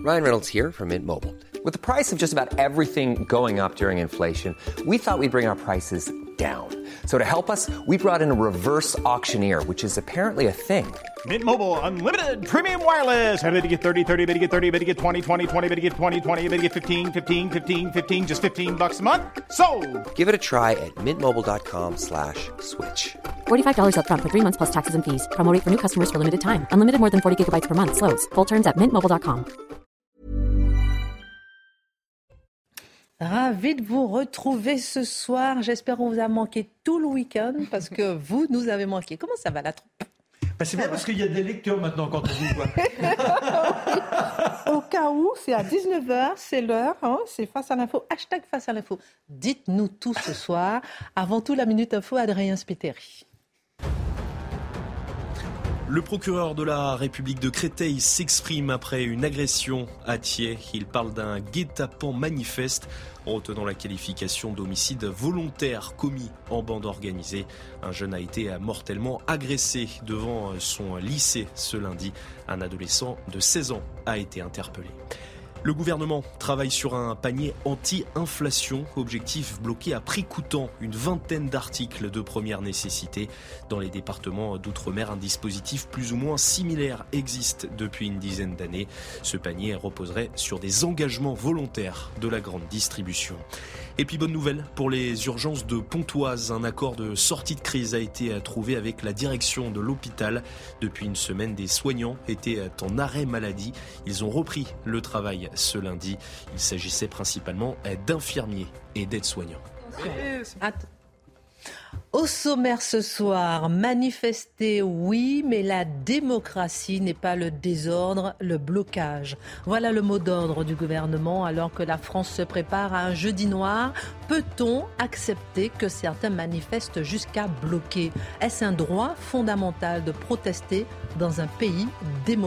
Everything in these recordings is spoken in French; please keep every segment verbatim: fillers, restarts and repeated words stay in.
Ryan Reynolds here from Mint Mobile. With the price of just about everything going up during inflation, we thought we'd bring our prices down. So to help us, we brought in a reverse auctioneer, which is apparently a thing. Mint Mobile Unlimited Premium Wireless. How to get thirty, thirty, how to get thirty, how to get twenty, twenty, twenty, how to get twenty, twenty, how to get fifteen, fifteen, fifteen, fifteen, just fifteen bucks a month? Sold! Give it a try at mintmobile.com slash switch. forty-five dollars up front for three months plus taxes and fees. Promo rate for new customers for limited time. Unlimited more than forty gigabytes per month. Slows full terms at mint mobile dot com. Ravi de vous retrouver ce soir. J'espère qu'on vous a manqué tout le week-end parce que vous nous avez manqué. Comment ça va la troupe? Bah c'est bien parce qu'il y a des lecteurs maintenant quand on vous voit. Au cas où, c'est à dix-neuf heures, c'est l'heure, hein, c'est Face à l'info, hashtag Face à l'info. Dites-nous tout ce soir. Avant tout, la Minute Info, Adrien Spiteri. Le procureur de la République de Créteil s'exprime après une agression à Thiers. Il parle d'un guet-apens manifeste en retenant la qualification d'homicide volontaire commis en bande organisée. Un jeune a été mortellement agressé devant son lycée ce lundi. Un adolescent de seize ans a été interpellé. Le gouvernement travaille sur un panier anti-inflation, objectif bloqué à prix coûtant une vingtaine d'articles de première nécessité. Dans les départements d'outre-mer, un dispositif plus ou moins similaire existe depuis une dizaine d'années. Ce panier reposerait sur des engagements volontaires de la grande distribution. Et puis bonne nouvelle pour les urgences de Pontoise. Un accord de sortie de crise a été trouvé avec la direction de l'hôpital. Depuis une semaine, des soignants étaient en arrêt maladie. Ils ont repris le travail ce lundi. Il s'agissait principalement d'infirmiers et d'aides-soignants. Attends. Au sommaire ce soir, manifester, oui, mais la démocratie n'est pas le désordre, le blocage. Voilà le mot d'ordre du gouvernement alors que la France se prépare à un jeudi noir. Peut-on accepter que certains manifestent jusqu'à bloquer ? Est-ce un droit fondamental de protester dans un pays démocratique ?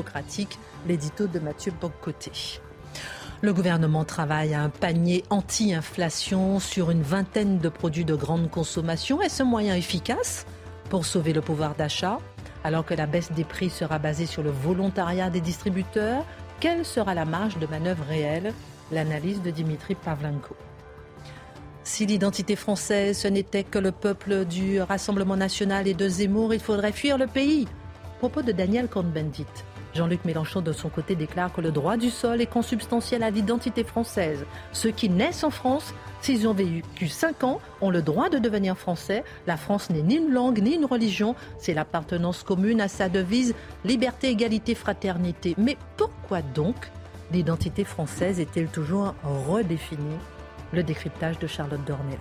L'édito de Mathieu Boccoté. Le gouvernement travaille à un panier anti-inflation sur une vingtaine de produits de grande consommation. Est-ce un moyen efficace pour sauver le pouvoir d'achat ? Alors que la baisse des prix sera basée sur le volontariat des distributeurs, quelle sera la marge de manœuvre réelle ? L'analyse de Dimitri Pavlenko. Si l'identité française, ce n'était que le peuple du Rassemblement national et de Zemmour, il faudrait fuir le pays. Propos de Daniel Cohn-Bendit. Jean-Luc Mélenchon, de son côté, déclare que le droit du sol est consubstantiel à l'identité française. Ceux qui naissent en France, s'ils ont vécu cinq ans, ont le droit de devenir français. La France n'est ni une langue, ni une religion. C'est l'appartenance commune à sa devise « Liberté, égalité, fraternité ». Mais pourquoi donc l'identité française est-elle toujours redéfinie ? Le décryptage de Charlotte Dornelas.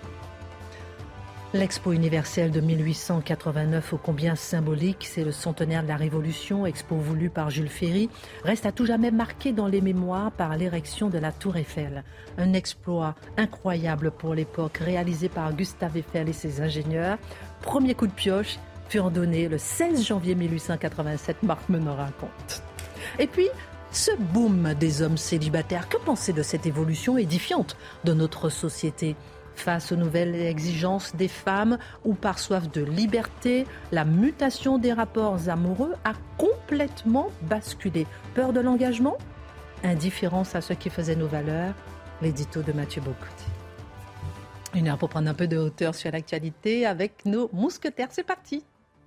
L'Expo universelle de mille huit cent quatre-vingt-neuf, ô combien symbolique, c'est le centenaire de la Révolution, expo voulu par Jules Ferry, reste à tout jamais marqué dans les mémoires par l'érection de la Tour Eiffel. Un exploit incroyable pour l'époque, réalisé par Gustave Eiffel et ses ingénieurs. Premier coup de pioche fut donné le seize janvier mille huit cent quatre-vingt-sept, Marc Menon raconte. Et puis, ce boom des hommes célibataires, que penser de cette évolution édifiante de notre société ? Face aux nouvelles exigences des femmes ou par soif de liberté, la mutation des rapports amoureux a complètement basculé. Peur de l'engagement ? Indifférence à ce qui faisait nos valeurs ? L'édito de Mathieu Bocoté. Une heure pour prendre un peu de hauteur sur l'actualité avec nos mousquetaires. C'est parti.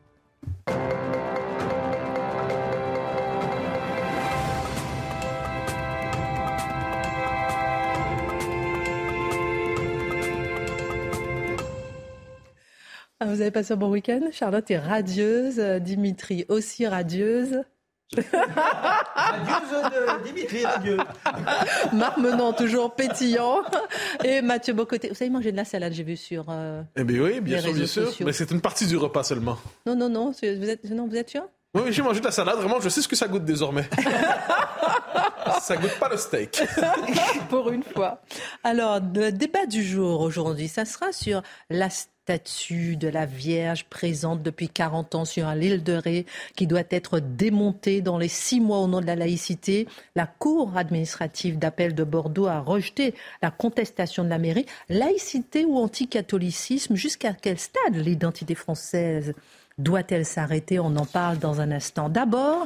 Vous avez passé un bon week-end ? Charlotte est radieuse, Dimitri aussi radieuse. Radieuse de Dimitri, radieuse. Marc Menon, toujours pétillant. Et Mathieu Bocoté. Vous savez manger de la salade, j'ai vu sur euh, Eh bien oui, bien les sûr, bien réseaux sûr. sociaux. Mais c'est une partie du repas seulement. Non, non, non. Vous êtes, non, vous êtes sûr ? Oui, oui, j'ai mangé de la salade. Vraiment, je sais ce que ça goûte désormais. Ça goûte pas le steak. Pour une fois. Alors, le débat du jour aujourd'hui, ça sera sur la statue de la Vierge présente depuis quarante ans sur l'île de Ré qui doit être démontée dans les six mois au nom de la laïcité. La Cour administrative d'appel de Bordeaux a rejeté la contestation de la mairie. Laïcité ou anticatholicisme, jusqu'à quel stade l'identité française doit-elle s'arrêter ? On en parle dans un instant. D'abord,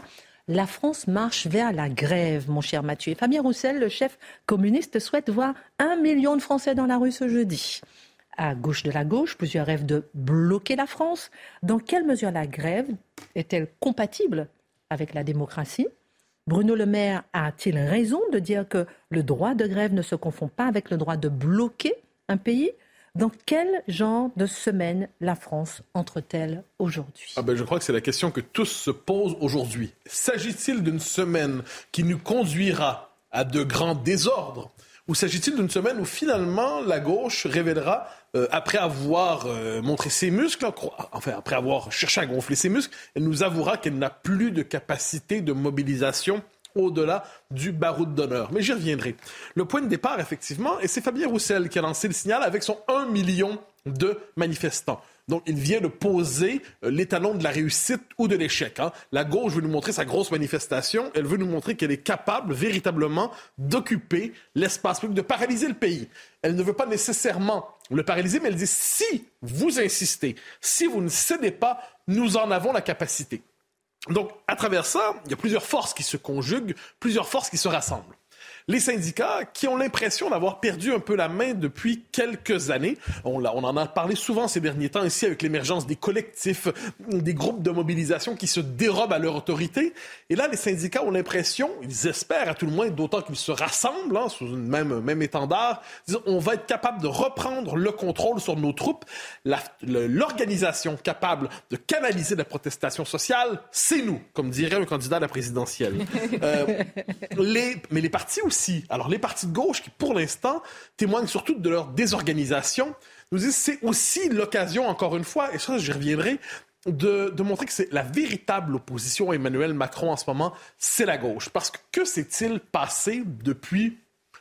La France marche vers la grève, mon cher Mathieu. Et Fabien Roussel, le chef communiste, souhaite voir un million de Français dans la rue ce jeudi. À gauche de la gauche, plusieurs rêvent de bloquer la France. Dans quelle mesure la grève est-elle compatible avec la démocratie ? Bruno Le Maire a-t-il raison de dire que le droit de grève ne se confond pas avec le droit de bloquer un pays ? Dans quel genre de semaine la France entre-t-elle aujourd'hui ? Ah ben, je crois que c'est la question que tous se posent aujourd'hui. S'agit-il d'une semaine qui nous conduira à de grands désordres ? Ou s'agit-il d'une semaine où finalement la gauche révélera, euh, après avoir euh, montré ses muscles, enfin après avoir cherché à gonfler ses muscles, elle nous avouera qu'elle n'a plus de capacité de mobilisation au-delà du baroud d'honneur. Mais j'y reviendrai. Le point de départ, effectivement, et c'est Fabien Roussel qui a lancé le signal avec son un million de manifestants. Donc, il vient de poser euh, l'étalon de la réussite ou de l'échec. Hein. La gauche veut nous montrer sa grosse manifestation. Elle veut nous montrer qu'elle est capable, véritablement, d'occuper l'espace public, de paralyser le pays. Elle ne veut pas nécessairement le paralyser, mais elle dit, si vous insistez, si vous ne cédez pas, nous en avons la capacité. Donc, à travers ça, il y a plusieurs forces qui se conjuguent, plusieurs forces qui se rassemblent. Les syndicats qui ont l'impression d'avoir perdu un peu la main depuis quelques années. On, on en a parlé souvent ces derniers temps ici avec l'émergence des collectifs, des groupes de mobilisation qui se dérobent à leur autorité. Et là, les syndicats ont l'impression, ils espèrent à tout le moins, d'autant qu'ils se rassemblent hein, sous une même, même étendard, disent, on va être capable de reprendre le contrôle sur nos troupes. La, le, l'organisation capable de canaliser la protestation sociale, c'est nous, comme dirait un candidat à la présidentielle. Euh, les, mais les partis aussi. Alors, les partis de gauche qui, pour l'instant, témoignent surtout de leur désorganisation, nous disent que c'est aussi l'occasion, encore une fois, et ça, j'y reviendrai, de, de montrer que c'est la véritable opposition à Emmanuel Macron en ce moment, c'est la gauche. Parce que que s'est-il passé depuis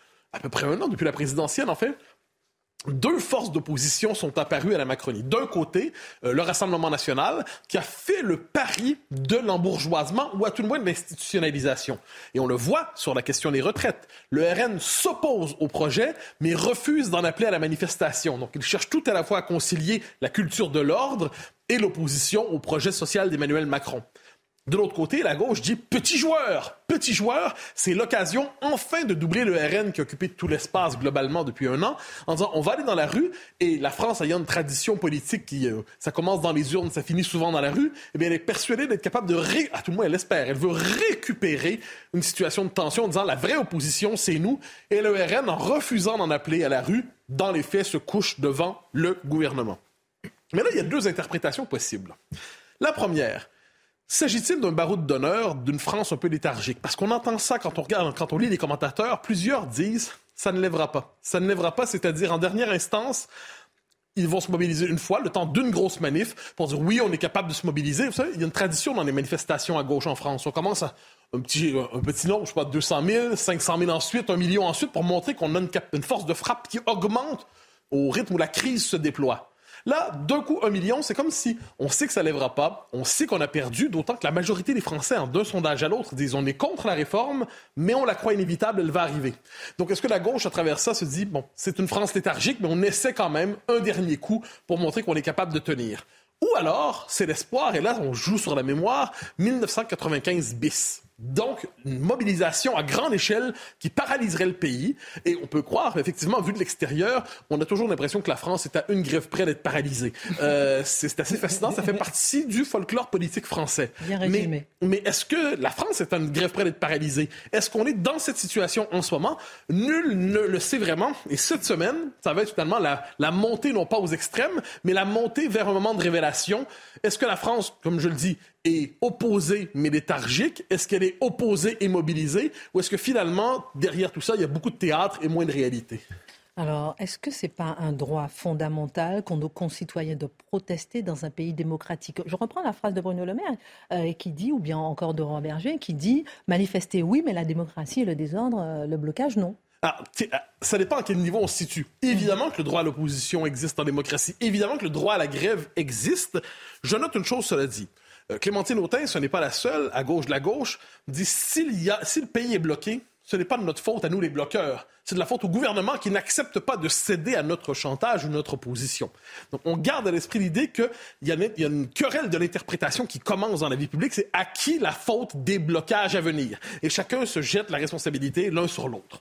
à peu près un an, depuis la présidentielle, en fait? Deux forces d'opposition sont apparues à la Macronie. D'un côté, euh, le Rassemblement national, qui a fait le pari de l'embourgeoisement ou à tout le moins de l'institutionnalisation. Et on le voit sur la question des retraites. Le R N s'oppose au projet, mais refuse d'en appeler à la manifestation. Donc, il cherche tout à la fois à concilier la culture de l'ordre et l'opposition au projet social d'Emmanuel Macron. De l'autre côté, la gauche dit « petit joueur ». Petit joueur, c'est l'occasion enfin de doubler le R N qui a occupé tout l'espace globalement depuis un an, en disant on va aller dans la rue, et la France ayant une tradition politique qui, euh, ça commence dans les urnes, ça finit souvent dans la rue, eh bien elle est persuadée d'être capable de, ré... à tout le moins elle espère, elle veut récupérer une situation de tension en disant la vraie opposition c'est nous, et le R N en refusant d'en appeler à la rue, dans les faits se couche devant le gouvernement. Mais là, il y a deux interprétations possibles. La première, s'agit-il d'un baroud d'honneur d'une France un peu léthargique? Parce qu'on entend ça quand on regarde, quand on lit les commentateurs, plusieurs disent « ça ne lèvera pas ». Ça ne lèvera pas, c'est-à-dire en dernière instance, ils vont se mobiliser une fois, le temps d'une grosse manif, pour dire « oui, on est capable de se mobiliser ». Vous savez, il y a une tradition dans les manifestations à gauche en France. On commence à un petit, un petit nombre, je sais pas, deux cent mille, cinq cent mille ensuite, un million ensuite, pour montrer qu'on a une, cap- une force de frappe qui augmente au rythme où la crise se déploie. Là, d'un coup, un million, c'est comme si on sait que ça ne lèvera pas, on sait qu'on a perdu, d'autant que la majorité des Français, en d'un sondage à l'autre, disent on est contre la réforme, mais on la croit inévitable, elle va arriver. Donc, est-ce que la gauche, à travers ça, se dit, bon, c'est une France léthargique, mais on essaie quand même un dernier coup pour montrer qu'on est capable de tenir. Ou alors, c'est l'espoir, et là, on joue sur la mémoire, dix-neuf cent quatre-vingt-quinze bis. Donc, une mobilisation à grande échelle qui paralyserait le pays. Et on peut croire, effectivement, vu de l'extérieur, on a toujours l'impression que la France est à une grève près d'être paralysée. Euh, c'est, c'est assez fascinant, ça fait partie du folklore politique français. Bien résumé. Mais, mais est-ce que la France est à une grève près d'être paralysée? Est-ce qu'on est dans cette situation en ce moment? Nul ne le sait vraiment. Et cette semaine, ça va être finalement la, la montée, non pas aux extrêmes, mais la montée vers un moment de révélation. Est-ce que la France, comme je le dis, est opposée mais léthargique? Est-ce qu'elle est opposée et mobilisée? Ou est-ce que finalement, derrière tout ça, il y a beaucoup de théâtre et moins de réalité? Alors, est-ce que ce n'est pas un droit fondamental qu'ont nos concitoyens de protester dans un pays démocratique? Je reprends la phrase de Bruno Le Maire euh, qui dit, ou bien encore de Laurent Berger, qui dit « manifester oui, mais la démocratie et le désordre, euh, le blocage, non ». Ah, ça dépend à quel niveau on se situe. Évidemment que le droit à l'opposition existe en démocratie. Évidemment que le droit à la grève existe. Je note une chose, cela dit. Euh, Clémentine Autain, ce n'est pas la seule, à gauche de la gauche, dit s'il y a, si le pays est bloqué, ce n'est pas de notre faute à nous les bloqueurs. C'est de la faute au gouvernement qui n'accepte pas de céder à notre chantage ou notre opposition. Donc on garde à l'esprit l'idée qu'il y a une, il y a une querelle de l'interprétation qui commence dans la vie publique. C'est à qui la faute des blocages à venir. Et chacun se jette la responsabilité l'un sur l'autre.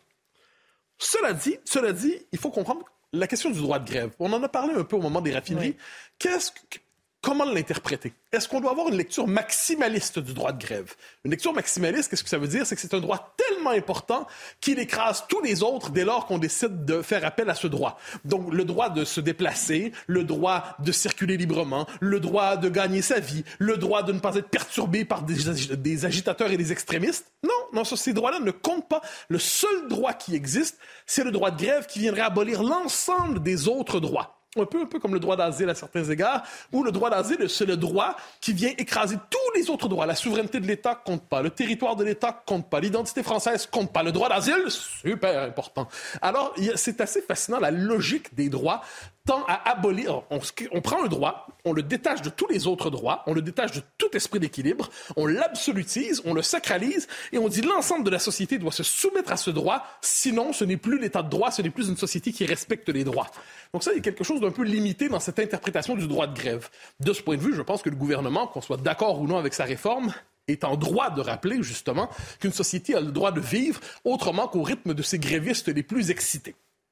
Cela dit, cela dit, il faut comprendre la question du droit de grève. On en a parlé un peu au moment des raffineries. Oui. Qu'est-ce que... Comment l'interpréter? Est-ce qu'on doit avoir une lecture maximaliste du droit de grève? Une lecture maximaliste, qu'est-ce que ça veut dire? C'est que c'est un droit tellement important qu'il écrase tous les autres dès lors qu'on décide de faire appel à ce droit. Donc, le droit de se déplacer, le droit de circuler librement, le droit de gagner sa vie, le droit de ne pas être perturbé par des, ag- des agitateurs et des extrémistes. Non, non, ça, ces droits-là ne comptent pas. Le seul droit qui existe, c'est le droit de grève qui viendrait abolir l'ensemble des autres droits. Un peu, un peu comme le droit d'asile à certains égards, où le droit d'asile, c'est le droit qui vient écraser tous les autres droits. La souveraineté de l'État compte pas, le territoire de l'État compte pas, l'identité française compte pas, le droit d'asile, super important. Alors, c'est assez fascinant, la logique des droits tend à abolir. On, on prend un droit, on le détache de tous les autres droits, on le détache de tout esprit d'équilibre, on l'absolutise, on le sacralise, et on dit l'ensemble de la société doit se soumettre à ce droit, sinon ce n'est plus l'État de droit, ce n'est plus une société qui respecte les droits. Donc ça, il y a quelque chose d'un peu limité dans cette interprétation du droit de grève. De ce point de vue, je pense que le gouvernement, qu'on soit d'accord ou non avec sa réforme, est en droit de rappeler, justement, qu'une société a le droit de vivre autrement qu'au rythme de ses grévistes les plus excités.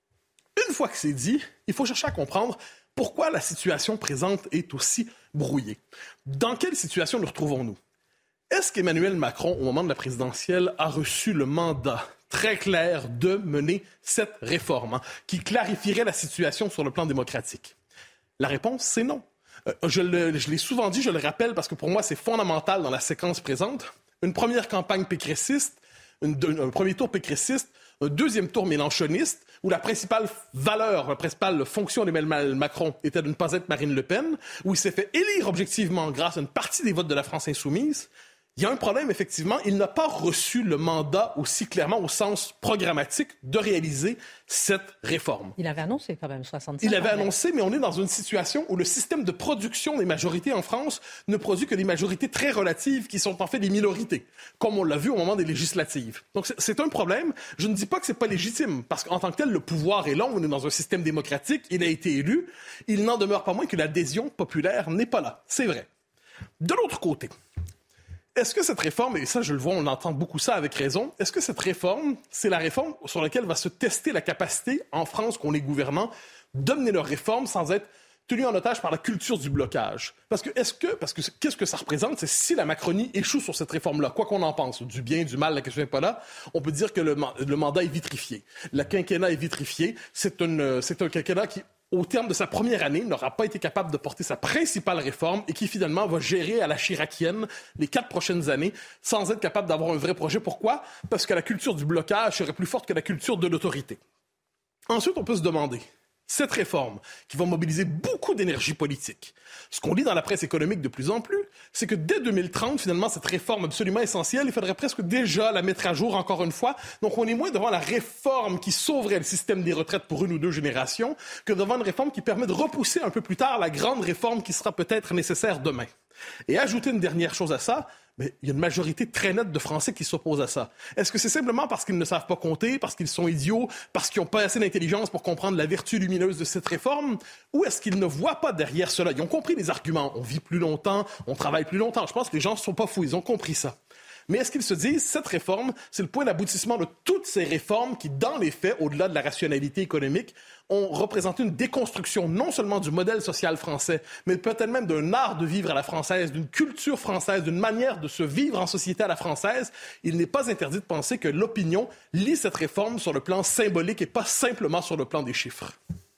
Une fois que c'est dit, il faut chercher à comprendre pourquoi la situation présente est aussi brouillée. Dans quelle situation nous retrouvons-nous? Est-ce qu'Emmanuel Macron, au moment de la présidentielle, a reçu le mandat très clair de mener cette réforme, hein, qui clarifierait la situation sur le plan démocratique? La réponse, c'est non. Euh, je, le, je l'ai souvent dit, je le rappelle, parce que pour moi, c'est fondamental dans la séquence présente. Une première campagne pécressiste, une, un premier tour pécressiste, un deuxième tour mélenchoniste, où la principale valeur, la principale fonction d'Emmanuel Macron était de ne pas être Marine Le Pen, où il s'est fait élire objectivement grâce à une partie des votes de la France insoumise. Il y a un problème, effectivement, il n'a pas reçu le mandat aussi clairement au sens programmatique de réaliser cette réforme. Il avait annoncé quand même soixante-cinq. Il avait annoncé, mais on est dans une situation où le système de production des majorités en France ne produit que des majorités très relatives qui sont en fait des minorités, comme on l'a vu au moment des législatives. Donc c'est, c'est un problème. Je ne dis pas que c'est pas légitime, parce qu'en tant que tel, le pouvoir est long, on est dans un système démocratique, il a été élu, il n'en demeure pas moins que l'adhésion populaire n'est pas là. C'est vrai. De l'autre côté, est-ce que cette réforme, et ça je le vois, on entend beaucoup ça avec raison, est-ce que cette réforme, c'est la réforme sur laquelle va se tester la capacité en France qu'ont les gouvernants de mener leurs réformes sans être tenus en otage par la culture du blocage? Parce que, est-ce que, parce que qu'est-ce que ça représente? C'est si la Macronie échoue sur cette réforme-là, quoi qu'on en pense, du bien, du mal, la question n'est pas là, on peut dire que le, le mandat est vitrifié. Le quinquennat est vitrifié. C'est, une, c'est un quinquennat qui, au terme de sa première année, n'aura pas été capable de porter sa principale réforme et qui finalement va gérer à la chiracienne les quatre prochaines années sans être capable d'avoir un vrai projet. Pourquoi? Parce que la culture du blocage serait plus forte que la culture de l'autorité. Ensuite, on peut se demander, cette réforme qui va mobiliser beaucoup d'énergie politique, ce qu'on lit dans la presse économique de plus en plus, c'est que dès deux mille trente, finalement, cette réforme absolument essentielle, il faudrait presque déjà la mettre à jour encore une fois. Donc, on est moins devant la réforme qui sauverait le système des retraites pour une ou deux générations que devant une réforme qui permet de repousser un peu plus tard la grande réforme qui sera peut-être nécessaire demain. Et ajouter une dernière chose à ça, mais il y a une majorité très nette de Français qui s'opposent à ça. Est-ce que c'est simplement parce qu'ils ne savent pas compter, parce qu'ils sont idiots, parce qu'ils n'ont pas assez d'intelligence pour comprendre la vertu lumineuse de cette réforme? Ou est-ce qu'ils ne voient pas derrière cela? Ils ont compris les arguments. On vit plus longtemps, on travaille plus longtemps. Je pense que les gens ne sont pas fous, ils ont compris ça. Mais est-ce qu'ils se disent, cette réforme, c'est le point d'aboutissement de toutes ces réformes qui, dans les faits, au-delà de la rationalité économique, ont représenté une déconstruction non seulement du modèle social français, mais peut-être même d'un art de vivre à la française, d'une culture française, d'une manière de se vivre en société à la française? Il n'est pas interdit de penser que l'opinion lit cette réforme sur le plan symbolique et pas simplement sur le plan des chiffres.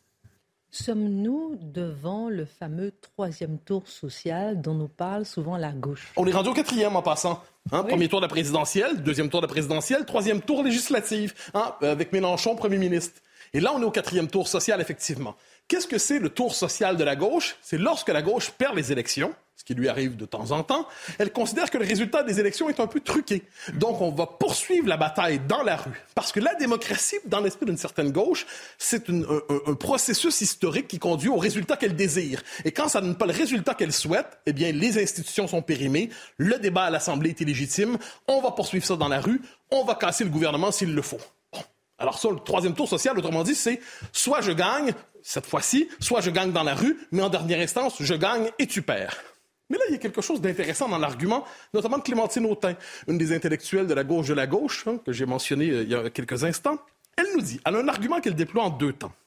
Sommes-nous devant le fameux troisième tour social dont nous parle souvent la gauche? On est rendu au quatrième en passant. Hein, oui. Premier tour de la présidentielle, deuxième tour de la présidentielle, troisième tour législatif, hein, avec Mélenchon, premier ministre. Et là, on est au quatrième tour social, effectivement. Qu'est-ce que c'est le tour social de la gauche? C'est lorsque la gauche perd les élections, ce qui lui arrive de temps en temps, elle considère que le résultat des élections est un peu truqué. Donc, on va poursuivre la bataille dans la rue. Parce que la démocratie, dans l'esprit d'une certaine gauche, c'est une, un, un processus historique qui conduit au résultat qu'elle désire. Et quand ça ne donne pas le résultat qu'elle souhaite, eh bien, les institutions sont périmées, le débat à l'Assemblée est illégitime, on va poursuivre ça dans la rue, on va casser le gouvernement s'il le faut. Bon. Alors ça, le troisième tour social, autrement dit, c'est soit je gagne, cette fois-ci, soit je gagne dans la rue, mais en dernière instance, je gagne et tu perds. Mais là, il y a quelque chose d'intéressant dans l'argument, notamment de Clémentine Autain, une des intellectuelles de la gauche de la gauche, hein, que j'ai mentionné euh, il y a quelques instants. Elle nous dit, elle a un argument qu'elle déploie en deux temps.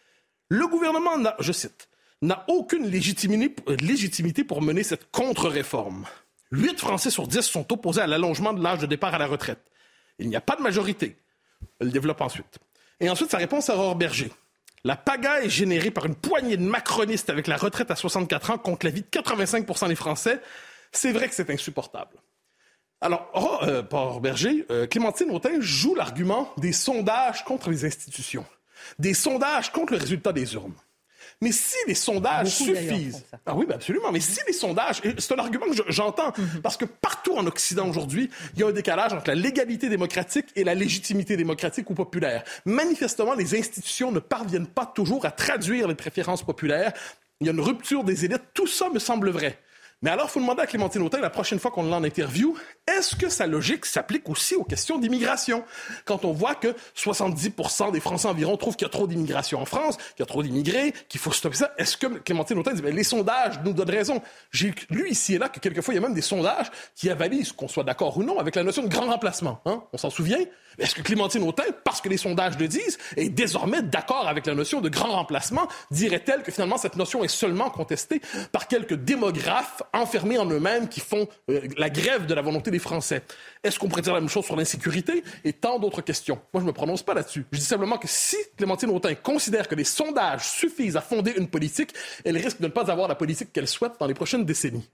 Le gouvernement n'a, je cite, n'a aucune légitimité, légitimité pour mener cette contre-réforme. Huit Français sur dix sont opposés à l'allongement de l'âge de départ à la retraite. Il n'y a pas de majorité. Elle développe ensuite. Et ensuite, sa réponse à Aurore Berger. La pagaille générée par une poignée de macronistes avec la retraite à soixante-quatre ans contre l'avis de quatre-vingt-cinq pour cent des Français, c'est vrai que c'est insupportable. Alors, oh, euh, pas Aurore Berger, euh, Clémentine Autain joue l'argument des sondages contre les institutions, des sondages contre le résultat des urnes. Mais si les sondages Beaucoup suffisent... Ah oui, ben absolument. Mais si les sondages... Et c'est un argument que je, j'entends, mm-hmm. parce que partout en Occident aujourd'hui, il y a un décalage entre la légalité démocratique et la légitimité démocratique ou populaire. Manifestement, les institutions ne parviennent pas toujours à traduire les préférences populaires. Il y a une rupture des élites. Tout ça me semble vrai. Mais alors, il faut demander à Clémentine Autain, la prochaine fois qu'on l'a en interview, est-ce que sa logique s'applique aussi aux questions d'immigration? Quand on voit que soixante-dix pour cent des Français environ trouvent qu'il y a trop d'immigration en France, qu'il y a trop d'immigrés, qu'il faut stopper ça, est-ce que Clémentine Autain dit ben, les sondages nous donnent raison? J'ai lu ici et là que quelquefois, il y a même des sondages qui avalisent, qu'on soit d'accord ou non, avec la notion de grand remplacement. Hein? On s'en souvient? Est-ce que Clémentine Autain, parce que les sondages le disent, est désormais d'accord avec la notion de grand remplacement? Dirait-elle que finalement, cette notion est seulement contestée par quelques démographes enfermés en eux-mêmes qui font euh, la grève de la volonté des Français? Est-ce qu'on pourrait dire la même chose sur l'insécurité et tant d'autres questions? Moi, je ne me prononce pas là-dessus. Je dis simplement que si Clémentine Autain considère que les sondages suffisent à fonder une politique, elle risque de ne pas avoir la politique qu'elle souhaite dans les prochaines décennies.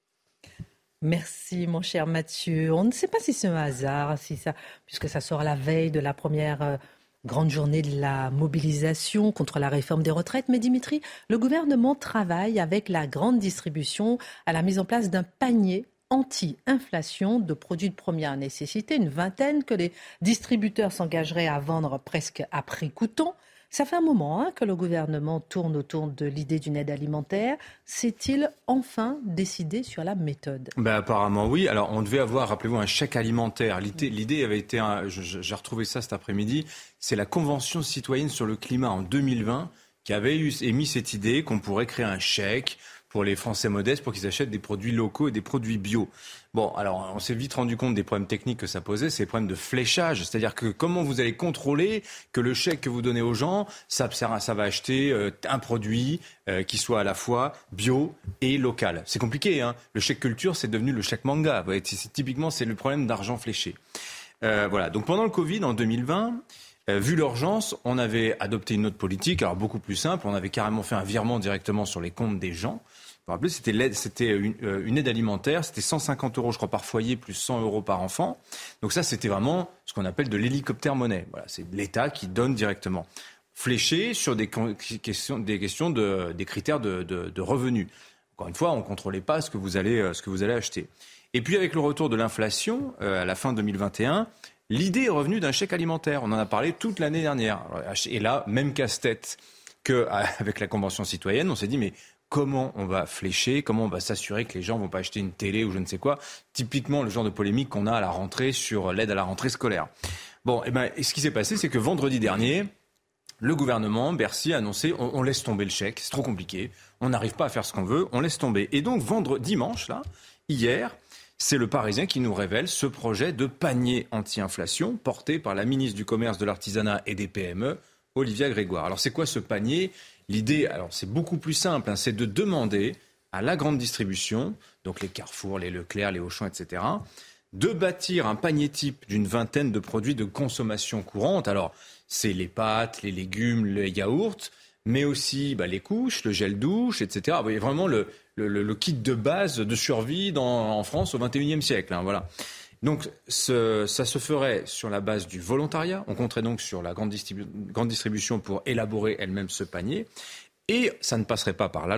Merci, mon cher Mathieu. On ne sait pas si c'est un hasard, si ça, puisque ça sort à la veille de la première euh, grande journée de la mobilisation contre la réforme des retraites. Mais Dimitri, le gouvernement travaille avec la grande distribution à la mise en place d'un panier anti-inflation de produits de première nécessité, une vingtaine que les distributeurs s'engageraient à vendre presque à prix coûtant. Ça fait un moment hein, que le gouvernement tourne autour de l'idée d'une aide alimentaire. S'est-il enfin décidé sur la méthode? Ben apparemment oui. Alors on devait avoir, rappelez-vous, un chèque alimentaire. L'idée, l'idée avait été, un, je, j'ai retrouvé ça cet après-midi, c'est la Convention citoyenne sur le climat en deux mille vingt qui avait eu, émis cette idée qu'on pourrait créer un chèque pour les Français modestes pour qu'ils achètent des produits locaux et des produits bio. Bon, alors on s'est vite rendu compte des problèmes techniques que ça posait, c'est les problèmes de fléchage, c'est-à-dire que comment vous allez contrôler que le chèque que vous donnez aux gens, ça, ça va acheter euh, un produit euh, qui soit à la fois bio et local. C'est compliqué, hein. Le chèque culture, c'est devenu le chèque manga. C'est, c'est, typiquement, c'est le problème d'argent fléché. Euh, voilà. Donc pendant le Covid, en deux mille vingt, euh, vu l'urgence, on avait adopté une autre politique, alors beaucoup plus simple. On avait carrément fait un virement directement sur les comptes des gens. Vous vous rappelez, c'était, l'aide, c'était une, euh, une aide alimentaire, c'était cent cinquante euros, je crois, par foyer, plus cent euros par enfant. Donc ça, c'était vraiment ce qu'on appelle de l'hélicoptère monnaie. Voilà, c'est l'État qui donne directement. Fléché sur des questions, des, questions de, des critères de, de, de revenus. Encore une fois, on ne contrôlait pas ce que vous allez, ce que vous allez acheter. Et puis, avec le retour de l'inflation, euh, à la fin deux mille vingt et un, l'idée est revenue d'un chèque alimentaire. On en a parlé toute l'année dernière. Et là, même casse-tête qu'avec la Convention citoyenne, on s'est dit, mais comment on va flécher, comment on va s'assurer que les gens ne vont pas acheter une télé ou je ne sais quoi. Typiquement, le genre de polémique qu'on a à la rentrée sur l'aide à la rentrée scolaire. Bon, et ben, et ce qui s'est passé, c'est que vendredi dernier, le gouvernement, Bercy, a annoncé on, on laisse tomber le chèque, c'est trop compliqué, on n'arrive pas à faire ce qu'on veut, on laisse tomber. Et donc, vendredi, dimanche, là, hier, c'est le Parisien qui nous révèle ce projet de panier anti-inflation porté par la ministre du Commerce, de l'Artisanat et des P M E, Olivia Grégoire. Alors, c'est quoi ce panier ? L'idée, alors c'est beaucoup plus simple, hein, c'est de demander à la grande distribution, donc les Carrefour, les Leclerc, les Auchan, et cetera, de bâtir un panier type d'une vingtaine de produits de consommation courante. Alors, c'est les pâtes, les légumes, les yaourts, mais aussi bah, les couches, le gel douche, et cetera. Vous voyez vraiment le, le, le kit de base de survie dans, en France au vingt et unième siècle. Hein, voilà. Donc, ce, ça se ferait sur la base du volontariat. On compterait donc sur la grande, distribu- grande distribution pour élaborer elle-même ce panier. Et ça ne passerait pas par la loi.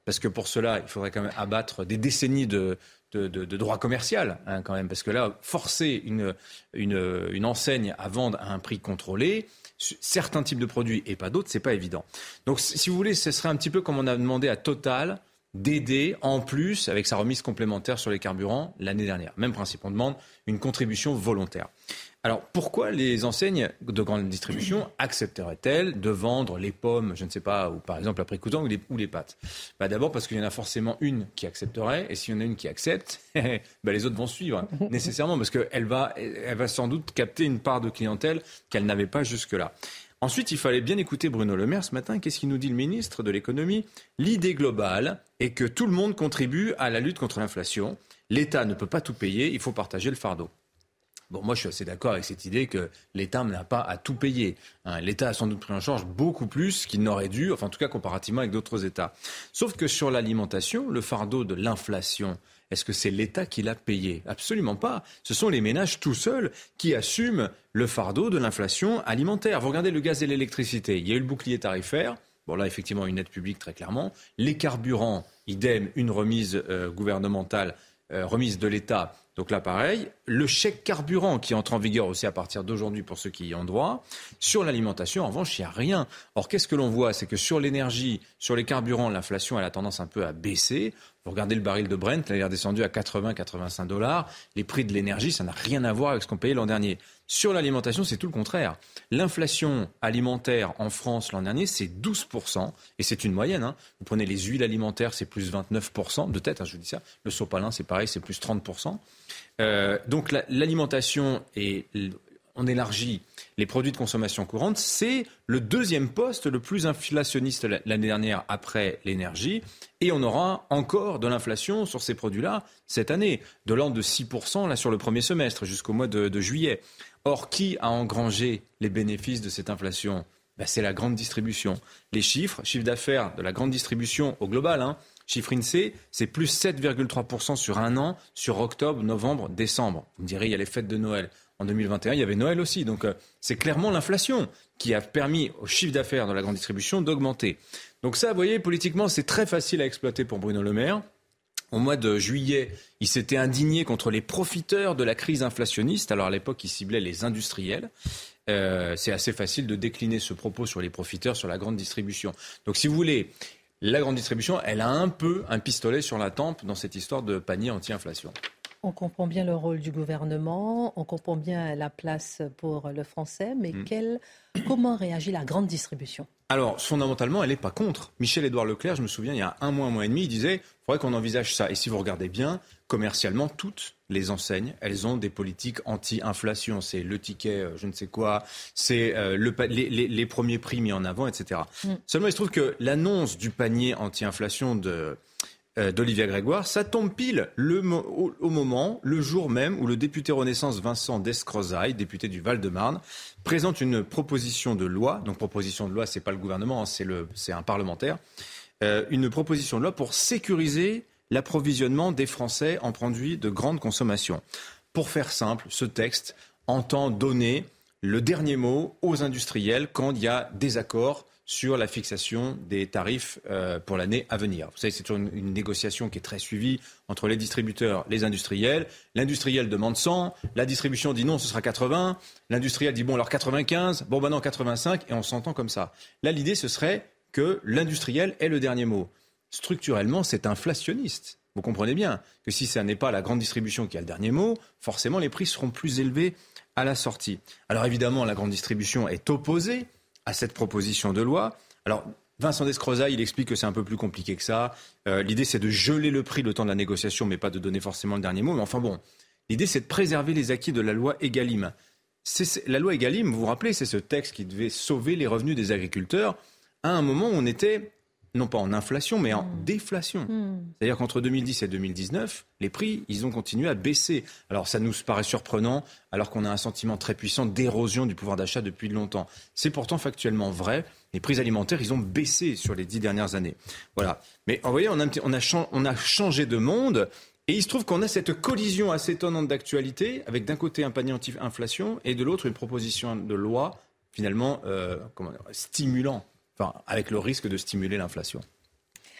parce que pour cela, il faudrait quand même abattre des décennies de, de, de, de droit commercial, hein, quand même, parce que là, forcer une, une, une enseigne à vendre à un prix contrôlé, certains types de produits et pas d'autres, c'est pas évident. Donc, si vous voulez, ce serait un petit peu comme on a demandé à Total d'aider en plus avec sa remise complémentaire sur les carburants l'année dernière. Même principe, on demande une contribution volontaire. Alors, pourquoi les enseignes de grande distribution accepteraient-elles de vendre les pommes, je ne sais pas, ou par exemple à prix coûtant, ou les, ou les pâtes ? Bah, d'abord parce qu'il y en a forcément une qui accepterait, et s'il y en a une qui accepte, bah, les autres vont suivre, nécessairement, parce qu'elle va, elle va sans doute capter une part de clientèle qu'elle n'avait pas jusque-là. Ensuite, il fallait bien écouter Bruno Le Maire ce matin. Qu'est-ce qu'il nous dit, le ministre de l'économie ? L'idée globale est que tout le monde contribue à la lutte contre l'inflation. L'État ne peut pas tout payer, il faut partager le fardeau. Bon, moi, je suis assez d'accord avec cette idée que l'État n'a pas à tout payer. Hein, L'État a sans doute pris en charge beaucoup plus qu'il n'aurait dû, enfin, en tout cas, comparativement avec d'autres États. Sauf que sur l'alimentation, le fardeau de l'inflation, est-ce que c'est l'État qui l'a payé ? Absolument pas. Ce sont les ménages tout seuls qui assument le fardeau de l'inflation alimentaire. Vous regardez le gaz et l'électricité. Il y a eu le bouclier tarifaire. Bon, là, effectivement, une aide publique très clairement. Les carburants, idem, une remise euh, gouvernementale, euh, remise de l'État. Donc là, pareil, le chèque carburant qui entre en vigueur aussi à partir d'aujourd'hui pour ceux qui y ont droit. Sur l'alimentation, en revanche, il n'y a rien. Or, qu'est-ce que l'on voit ? C'est que sur l'énergie, sur les carburants, l'inflation, elle a tendance un peu à baisser. Vous regardez le baril de Brent, il est redescendu à quatre-vingts à quatre-vingt-cinq dollars. Les prix de l'énergie, ça n'a rien à voir avec ce qu'on payait l'an dernier. Sur l'alimentation, c'est tout le contraire. L'inflation alimentaire en France l'an dernier, c'est douze pour cent. Et c'est une moyenne. Hein. Vous prenez les huiles alimentaires, c'est plus vingt-neuf pour cent. De tête, hein, je vous dis ça. Le sopalin, c'est pareil, c'est plus trente pour cent. Euh, donc la, l'alimentation et on élargit les produits de consommation courante, c'est le deuxième poste le plus inflationniste l'année dernière après l'énergie. Et on aura encore de l'inflation sur ces produits-là cette année, de l'ordre de six pour cent là, sur le premier semestre jusqu'au mois de, de juillet. Or, qui a engrangé les bénéfices de cette inflation ? Ben, c'est la grande distribution. Les chiffres, chiffre d'affaires de la grande distribution au global, hein, chiffre INSEE, c'est plus sept virgule trois pour cent sur un an, sur octobre, novembre, décembre. Vous me direz, il y a les fêtes de Noël. En deux mille vingt et un, il y avait Noël aussi. Donc, euh, c'est clairement l'inflation qui a permis au chiffre d'affaires de la grande distribution d'augmenter. Donc ça, vous voyez, politiquement, c'est très facile à exploiter pour Bruno Le Maire. Au mois de juillet, il s'était indigné contre les profiteurs de la crise inflationniste. Alors, à l'époque, il ciblait les industriels. Euh, c'est assez facile de décliner ce propos sur les profiteurs, sur la grande distribution. Donc, si vous voulez... La grande distribution, elle a un peu un pistolet sur la tempe dans cette histoire de panier anti-inflation. On comprend bien le rôle du gouvernement, on comprend bien la place pour le français, mais mmh. quel, comment réagit la grande distribution ? Alors, fondamentalement, elle n'est pas contre. Michel-Édouard Leclerc, je me souviens, il y a un mois, un mois et demi, il disait il faudrait qu'on envisage ça. Et si vous regardez bien, commercialement, toutes les enseignes, elles ont des politiques anti-inflation. C'est le ticket, je ne sais quoi, c'est euh, le, les, les, les premiers prix mis en avant, et cetera. Mm. Seulement, il se trouve que l'annonce du panier anti-inflation de, euh, d'Olivia Grégoire, ça tombe pile le, au, au moment, le jour même, où le député Renaissance Vincent Descrozaille, député du Val-de-Marne, présente une proposition de loi. Donc, proposition de loi, c'est pas le gouvernement, hein, c'est, le, c'est un parlementaire. Euh, une proposition de loi pour sécuriser l'approvisionnement des Français en produits de grande consommation. Pour faire simple, ce texte entend donner le dernier mot aux industriels quand il y a des accords sur la fixation des tarifs euh, pour l'année à venir. Vous savez, c'est une, une négociation qui est très suivie entre les distributeurs et les industriels. L'industriel demande cent, la distribution dit non, ce sera quatre-vingts. L'industriel dit bon, alors quatre-vingt-quinze, bon, ben non, quatre-vingt-cinq, et on s'entend comme ça. Là, l'idée, ce serait que l'industriel ait le dernier mot. Structurellement, c'est inflationniste. Vous comprenez bien que si ce n'est pas la grande distribution qui a le dernier mot, forcément les prix seront plus élevés à la sortie. Alors évidemment, la grande distribution est opposée à cette proposition de loi. Alors Vincent Descrozaille, il explique que c'est un peu plus compliqué que ça. Euh, l'idée, c'est de geler le prix le temps de la négociation, mais pas de donner forcément le dernier mot. Mais enfin bon, l'idée, c'est de préserver les acquis de la loi Egalim. C'est, c'est, la loi Egalim, vous vous rappelez, c'est ce texte qui devait sauver les revenus des agriculteurs à un moment où on était... non pas en inflation, mais en mmh. déflation. Mmh. C'est-à-dire qu'entre deux mille dix et deux mille dix-neuf, les prix, ils ont continué à baisser. Alors ça nous paraît surprenant, alors qu'on a un sentiment très puissant d'érosion du pouvoir d'achat depuis longtemps. C'est pourtant factuellement vrai. Les prix alimentaires, ils ont baissé sur les dix dernières années. Voilà. Mais vous voyez, on a, on a, on a changé de monde. Et il se trouve qu'on a cette collision assez étonnante d'actualité, avec d'un côté un panier anti-inflation, et de l'autre une proposition de loi, finalement, euh, comment dire, stimulant. Enfin, avec le risque de stimuler l'inflation.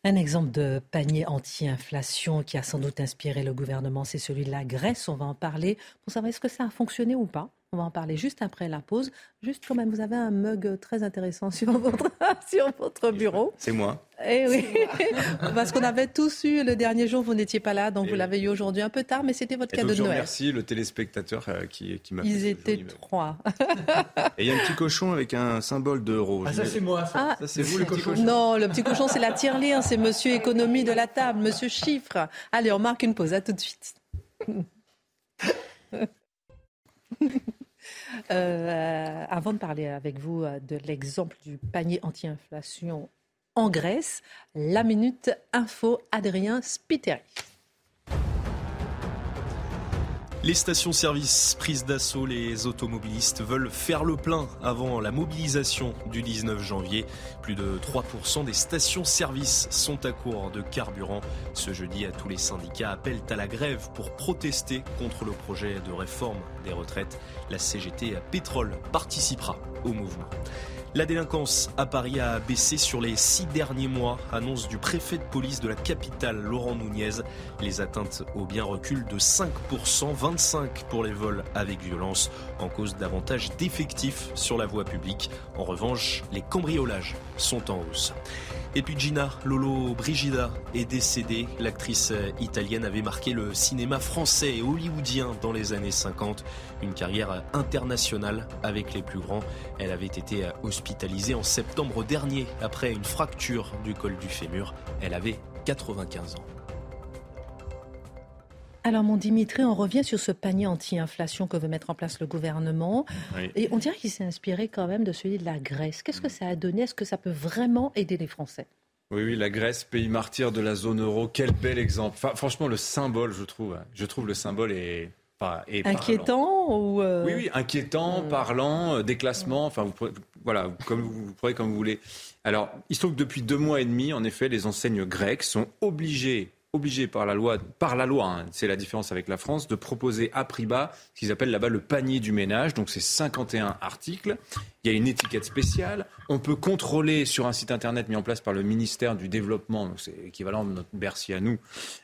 Un exemple de panier anti-inflation qui a sans doute inspiré le gouvernement, c'est celui de la Grèce. On va en parler pour savoir est-ce que ça a fonctionné ou pas. On va en parler juste après la pause. Juste quand même, vous avez un mug très intéressant sur votre, sur votre bureau. C'est moi. Eh oui, parce qu'on avait tous eu le dernier jour, vous n'étiez pas là, donc Et vous l'avez eu aujourd'hui un peu tard, mais c'était votre Et cadeau donc, de Noël. Merci le téléspectateur euh, qui, qui m'a Ils fait étaient trois. Et il y a un petit cochon avec un symbole d'euro. Ah, ça c'est moi. Ça, Ah, ça c'est vous le cochon. Non, le petit cochon, c'est la tirelire, c'est monsieur économie de la table, monsieur chiffre. Allez, on marque une pause, à tout de suite. Euh, avant de parler avec vous de l'exemple du panier anti-inflation en Grèce, la Minute Info, Adrien Spiteri. Les stations-service prises d'assaut, les automobilistes veulent faire le plein avant la mobilisation du dix-neuf janvier. Plus de trois pour cent des stations-service sont à court de carburant. Ce jeudi, tous les syndicats appellent à la grève pour protester contre le projet de réforme des retraites. La C G T Pétrole participera au mouvement. La délinquance à Paris a baissé sur les six derniers mois, annonce du préfet de police de la capitale, Laurent Nunez. Les atteintes aux biens reculent de cinq pour cent, vingt-cinq pour les vols avec violence, en cause davantage d'effectifs sur la voie publique. En revanche, les cambriolages sont en hausse. Et puis Gina Lollo Brigida est décédée. L'actrice italienne avait marqué le cinéma français et hollywoodien dans les années cinquante. Une carrière internationale avec les plus grands. Elle avait été hospitalisée en septembre dernier après une fracture du col du fémur. Elle avait quatre-vingt-quinze ans. Alors mon Dimitri, on revient sur ce panier anti-inflation que veut mettre en place le gouvernement. Oui. Et on dirait qu'il s'est inspiré quand même de celui de la Grèce. Qu'est-ce que ça a donné ? Est-ce que ça peut vraiment aider les Français ? Oui, oui, la Grèce, pays martyr de la zone euro, quel bel exemple. Enfin, franchement, le symbole, je trouve, je trouve le symbole est... Et inquiétant ou euh... Oui, oui, inquiétant, mmh. parlant, euh, déclassement, enfin, vous pourrez, voilà, comme vous, vous pourrez comme vous voulez. Alors, il se trouve que depuis deux mois et demi, en effet, les enseignes grecques sont obligées, obligées par la loi, par la loi, hein, c'est la différence avec la France, de proposer à prix bas ce qu'ils appellent là-bas le panier du ménage. Donc, c'est cinquante et un articles. Il y a une étiquette spéciale. On peut contrôler sur un site internet mis en place par le ministère du Développement, donc c'est équivalent de notre Bercy à nous.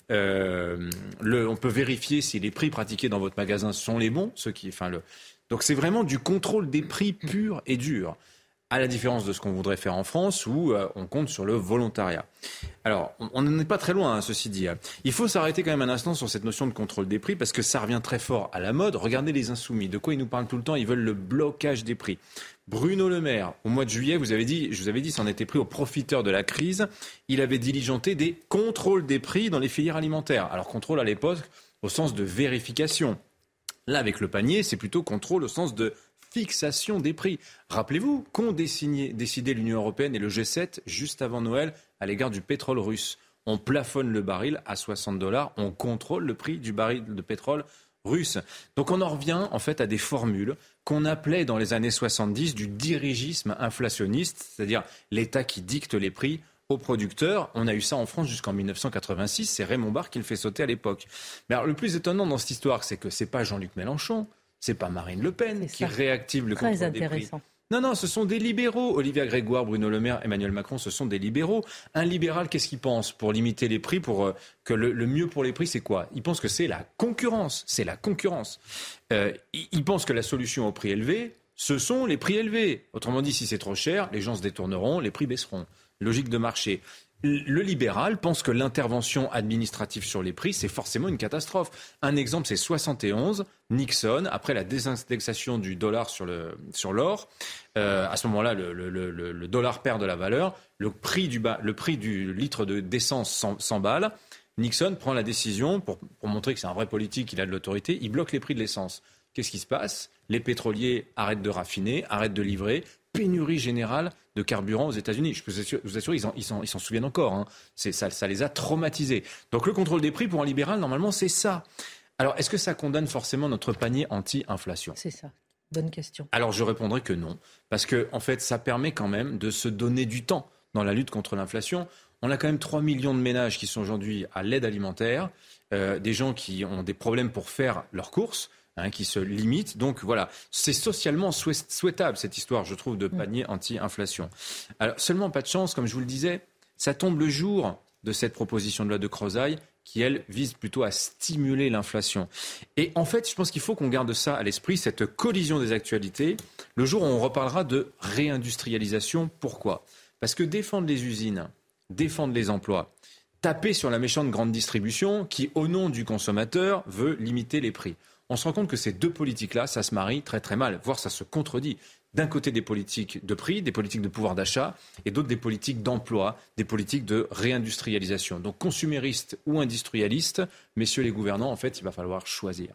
Euh, le, on peut vérifier si les prix pratiqués dans votre magasin sont les bons. Ceux qui, enfin le, donc c'est vraiment du contrôle des prix pur et dur. À la différence de ce qu'on voudrait faire en France où euh, on compte sur le volontariat. Alors, on n'en est pas très loin, hein, ceci dit. Il faut s'arrêter quand même un instant sur cette notion de contrôle des prix parce que ça revient très fort à la mode. Regardez les Insoumis. De quoi ils nous parlent tout le temps ? Ils veulent le blocage des prix. Bruno Le Maire, au mois de juillet, vous avez dit, je vous avais dit, s'en était pris aux profiteurs de la crise. Il avait diligenté des contrôles des prix dans les filières alimentaires. Alors, contrôle à l'époque au sens de vérification. Là, avec le panier, c'est plutôt contrôle au sens de fixation des prix. Rappelez-vous qu'ont décidé, décidé l'Union européenne et le G sept juste avant Noël à l'égard du pétrole russe. On plafonne le baril à soixante dollars, on contrôle le prix du baril de pétrole russe. Donc on en revient en fait à des formules qu'on appelait dans les années soixante-dix du dirigisme inflationniste, c'est-à-dire l'État qui dicte les prix aux producteurs. On a eu ça en France jusqu'en dix-neuf cent quatre-vingt-six, c'est Raymond Barre qui le fait sauter à l'époque. Mais alors, le plus étonnant dans cette histoire, c'est que c'est pas Jean-Luc Mélenchon, c'est pas Marine Le Pen qui réactive le contrôle des prix. Non, non, ce sont des libéraux. Olivia Grégoire, Bruno Le Maire, Emmanuel Macron, ce sont des libéraux. Un libéral, qu'est-ce qu'il pense pour limiter les prix, pour euh, que le, le mieux pour les prix, c'est quoi ? Il pense que c'est la concurrence. C'est la concurrence. Euh, il, il pense que la solution au prix élevé, ce sont les prix élevés. Autrement dit, si c'est trop cher, les gens se détourneront, les prix baisseront. Logique de marché. Le libéral pense que l'intervention administrative sur les prix, c'est forcément une catastrophe. Un exemple, c'est soixante et onze, Nixon, après la désindexation du dollar sur, le, sur l'or. Euh, à ce moment-là, le, le, le, le dollar perd de la valeur. Le prix du, ba, le prix du litre de, d'essence s'emballe. Nixon prend la décision, pour, pour montrer que c'est un vrai politique, qu'il a de l'autorité, il bloque les prix de l'essence. Qu'est-ce qui se passe ? Les pétroliers arrêtent de raffiner, arrêtent de livrer. Pénurie générale de carburant aux États-Unis. Je peux vous assurer, vous assurer ils, en, ils, s'en, ils s'en souviennent encore. Hein. C'est, ça, ça les a traumatisés. Donc le contrôle des prix pour un libéral, normalement, c'est ça. Alors, est-ce que ça condamne forcément notre panier anti-inflation ? C'est ça. Bonne question. Alors, je répondrai que non. Parce que, en fait, ça permet quand même de se donner du temps dans la lutte contre l'inflation. On a quand même trois millions de ménages qui sont aujourd'hui à l'aide alimentaire, euh, des gens qui ont des problèmes pour faire leurs courses, Hein, qui se limite. Donc voilà, c'est socialement souhaitable cette histoire, je trouve, de panier anti-inflation. Alors seulement pas de chance, comme je vous le disais, ça tombe le jour de cette proposition de loi de Crozaille qui, elle, vise plutôt à stimuler l'inflation. Et en fait, je pense qu'il faut qu'on garde ça à l'esprit, cette collision des actualités, le jour où on reparlera de réindustrialisation. Pourquoi ? Parce que défendre les usines, défendre les emplois, taper sur la méchante grande distribution qui, au nom du consommateur, veut limiter les prix. On se rend compte que ces deux politiques-là, ça se marie très très mal, voire ça se contredit. D'un côté des politiques de prix, des politiques de pouvoir d'achat, et d'autres des politiques d'emploi, des politiques de réindustrialisation. Donc consuméristes ou industrialistes, messieurs les gouvernants, en fait, il va falloir choisir.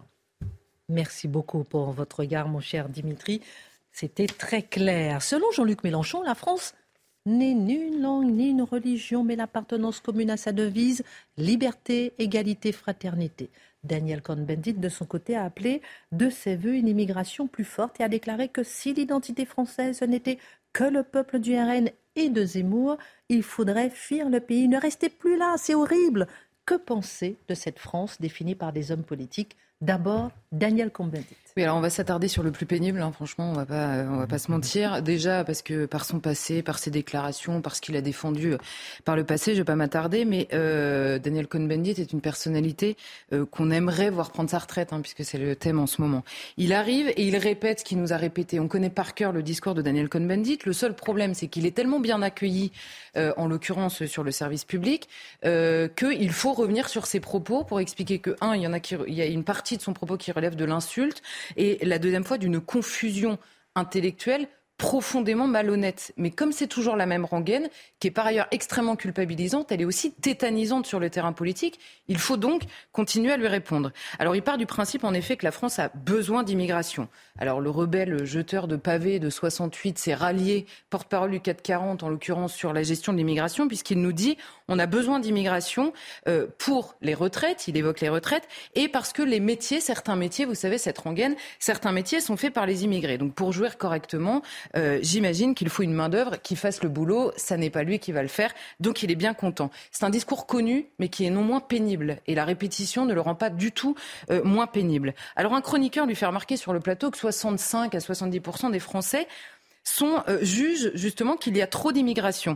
Merci beaucoup pour votre regard, mon cher Dimitri. C'était très clair. Selon Jean-Luc Mélenchon, la France n'est ni une langue ni une religion, mais l'appartenance commune à sa devise, liberté, égalité, fraternité. Daniel Cohn-Bendit, de son côté, a appelé de ses voeux une immigration plus forte et a déclaré que si l'identité française n'était que le peuple du R N et de Zemmour, il faudrait fuir le pays. Ne restez plus là, c'est horrible. Que penser de cette France définie par des hommes politiques ? D'abord, Daniel Cohn-Bendit. Oui, alors on va s'attarder sur le plus pénible, hein, franchement, on va pas, on va pas se mentir. Déjà parce que par son passé, par ses déclarations, par ce qu'il a défendu par le passé, je vais pas m'attarder, mais euh, Daniel Cohn-Bendit est une personnalité euh, qu'on aimerait voir prendre sa retraite, hein, puisque c'est le thème en ce moment. Il arrive et il répète ce qu'il nous a répété. On connaît par cœur le discours de Daniel Cohn-Bendit. Le seul problème, c'est qu'il est tellement bien accueilli, euh, en l'occurrence sur le service public, euh, qu'il faut revenir sur ses propos pour expliquer que, un, il y en a qui, il y a une partie de son propos qui relève de l'insulte, et la deuxième fois d'une confusion intellectuelle profondément malhonnête. Mais comme c'est toujours la même rengaine, qui est par ailleurs extrêmement culpabilisante, elle est aussi tétanisante sur le terrain politique. Il faut donc continuer à lui répondre. Alors il part du principe en effet que la France a besoin d'immigration. Alors le rebelle jeteur de pavés de soixante-huit s'est rallié, porte-parole du quatre quarante en l'occurrence, sur la gestion de l'immigration, puisqu'il nous dit on a besoin d'immigration euh, pour les retraites, il évoque les retraites, et parce que les métiers, certains métiers, vous savez cette rengaine, certains métiers sont faits par les immigrés. Donc pour jouer correctement, Euh, j'imagine qu'il faut une main-d'œuvre qui fasse le boulot. Ça n'est pas lui qui va le faire, donc il est bien content. C'est un discours connu, mais qui est non moins pénible. Et la répétition ne le rend pas du tout euh, moins pénible. Alors un chroniqueur lui fait remarquer sur le plateau que soixante-cinq à soixante-dix pour cent des Français sont, euh, jugent justement qu'il y a trop d'immigration.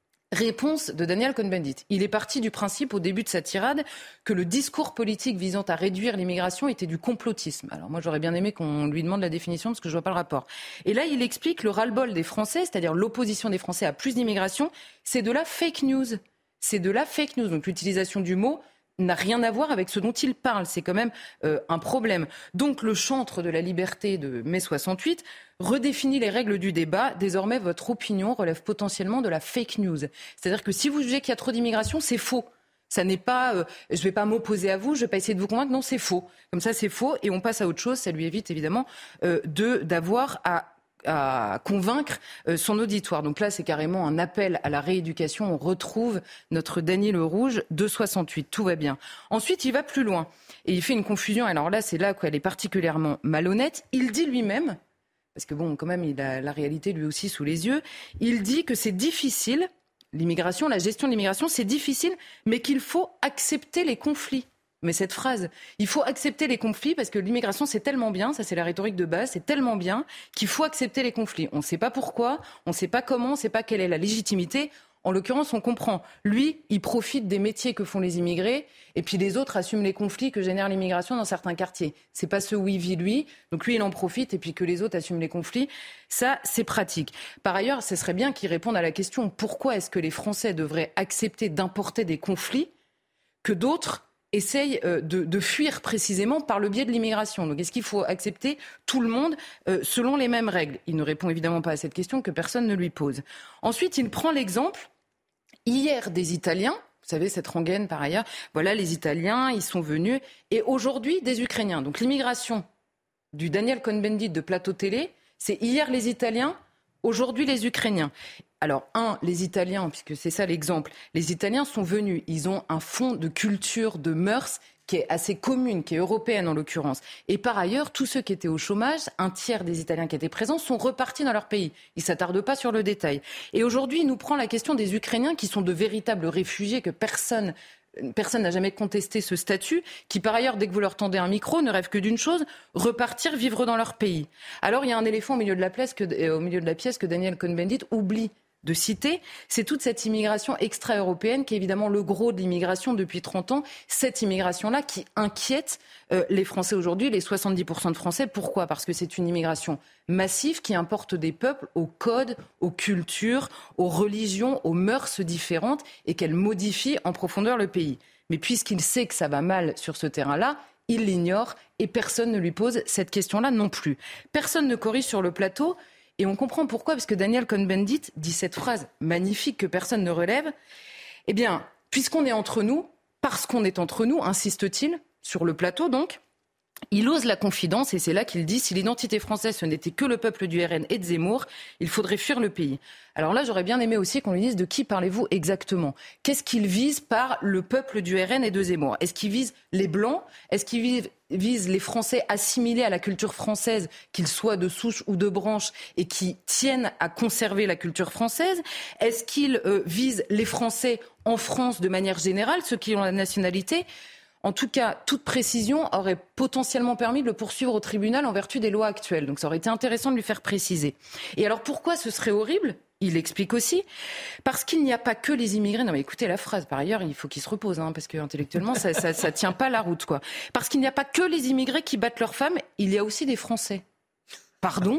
Réponse de Daniel Cohn-Bendit. Il est parti du principe au début de sa tirade que le discours politique visant à réduire l'immigration était du complotisme. Alors moi j'aurais bien aimé qu'on lui demande la définition parce que je vois pas le rapport. Et là il explique le ras-le-bol des Français, c'est-à-dire l'opposition des Français à plus d'immigration, c'est de la fake news. C'est de la fake news. Donc l'utilisation du mot n'a rien à voir avec ce dont il parle. C'est quand même euh, un problème. Donc le chantre de la liberté de mai soixante-huit redéfinit les règles du débat. Désormais, votre opinion relève potentiellement de la fake news. C'est-à-dire que si vous jugez qu'il y a trop d'immigration, c'est faux. Ça n'est pas, euh, je ne vais pas m'opposer à vous, je ne vais pas essayer de vous convaincre. Non, c'est faux. Comme ça, c'est faux. Et on passe à autre chose. Ça lui évite évidemment euh, de, d'avoir à à convaincre euh, son auditoire. Donc là, c'est carrément un appel à la rééducation. On retrouve notre Dany Le Rouge de soixante-huit. Tout va bien. Ensuite, il va plus loin. Et il fait une confusion. Alors là, c'est là qu'elle est particulièrement malhonnête. Il dit lui-même, parce que bon, quand même, il a la réalité lui aussi sous les yeux, il dit que c'est difficile, l'immigration, la gestion de l'immigration, c'est difficile, mais qu'il faut accepter les conflits. Mais cette phrase, il faut accepter les conflits parce que l'immigration c'est tellement bien, ça c'est la rhétorique de base, c'est tellement bien qu'il faut accepter les conflits. On ne sait pas pourquoi, on ne sait pas comment, on ne sait pas quelle est la légitimité. En l'occurrence, on comprend. Lui, il profite des métiers que font les immigrés et puis les autres assument les conflits que génère l'immigration dans certains quartiers. C'est pas ceux où il vit lui, donc lui il en profite et puis que les autres assument les conflits. Ça, c'est pratique. Par ailleurs, ce serait bien qu'il réponde à la question pourquoi est-ce que les Français devraient accepter d'importer des conflits que d'autres essaye de, de fuir précisément par le biais de l'immigration. Donc est-ce qu'il faut accepter tout le monde euh, selon les mêmes règles ? Il ne répond évidemment pas à cette question que personne ne lui pose. Ensuite, il prend l'exemple hier des Italiens. Vous savez, cette rengaine par ailleurs. Voilà, les Italiens, ils sont venus. Et aujourd'hui, des Ukrainiens. Donc l'immigration du Daniel Cohn-Bendit de Plateau Télé, c'est hier les Italiens, aujourd'hui les Ukrainiens. Alors, un, les Italiens, puisque c'est ça l'exemple, les Italiens sont venus, ils ont un fond de culture, de mœurs qui est assez commune, qui est européenne en l'occurrence. Et par ailleurs, tous ceux qui étaient au chômage, un tiers des Italiens qui étaient présents, sont repartis dans leur pays. Ils ne s'attardent pas sur le détail. Et aujourd'hui, il nous prend la question des Ukrainiens qui sont de véritables réfugiés que personne... Personne n'a jamais contesté ce statut, qui par ailleurs, dès que vous leur tendez un micro, ne rêvent que d'une chose, repartir vivre dans leur pays. Alors il y a un éléphant au milieu de la pièce que, au milieu de la pièce que Daniel Cohn-Bendit oublie de citer, c'est toute cette immigration extra-européenne qui est évidemment le gros de l'immigration depuis trente ans. Cette immigration-là qui inquiète euh, les Français aujourd'hui, les soixante-dix pour cent de Français. Pourquoi ? Parce que c'est une immigration massive qui importe des peuples aux codes, aux cultures, aux religions, aux mœurs différentes et qu'elle modifie en profondeur le pays. Mais puisqu'il sait que ça va mal sur ce terrain-là, il l'ignore et personne ne lui pose cette question-là non plus. Personne ne corrige sur le plateau. Et on comprend pourquoi, parce que Daniel Cohn-Bendit dit cette phrase magnifique que personne ne relève. Eh bien, puisqu'on est entre nous, parce qu'on est entre nous, insiste-t-il, sur le plateau donc, il ose la confidence et c'est là qu'il dit si l'identité française ce n'était que le peuple du R N et de Zemmour, il faudrait fuir le pays. Alors là, j'aurais bien aimé aussi qu'on lui dise de qui parlez-vous exactement ? Qu'est-ce qu'il vise par le peuple du R N et de Zemmour ? Est-ce qu'il vise les Blancs ? Est-ce qu'il vise, vise les Français assimilés à la culture française, qu'ils soient de souche ou de branche, et qui tiennent à conserver la culture française ? Est-ce qu'il euh, vise les Français en France de manière générale, ceux qui ont la nationalité ? En tout cas, toute précision aurait potentiellement permis de le poursuivre au tribunal en vertu des lois actuelles. Donc ça aurait été intéressant de lui faire préciser. Et alors pourquoi ce serait horrible ? Il explique aussi, parce qu'il n'y a pas que les immigrés. Non mais écoutez la phrase, par ailleurs, il faut qu'il se repose, hein, parce que intellectuellement, ça, ça, ça tient pas la route, quoi. Parce qu'il n'y a pas que les immigrés qui battent leurs femmes, il y a aussi des Français. Pardon ?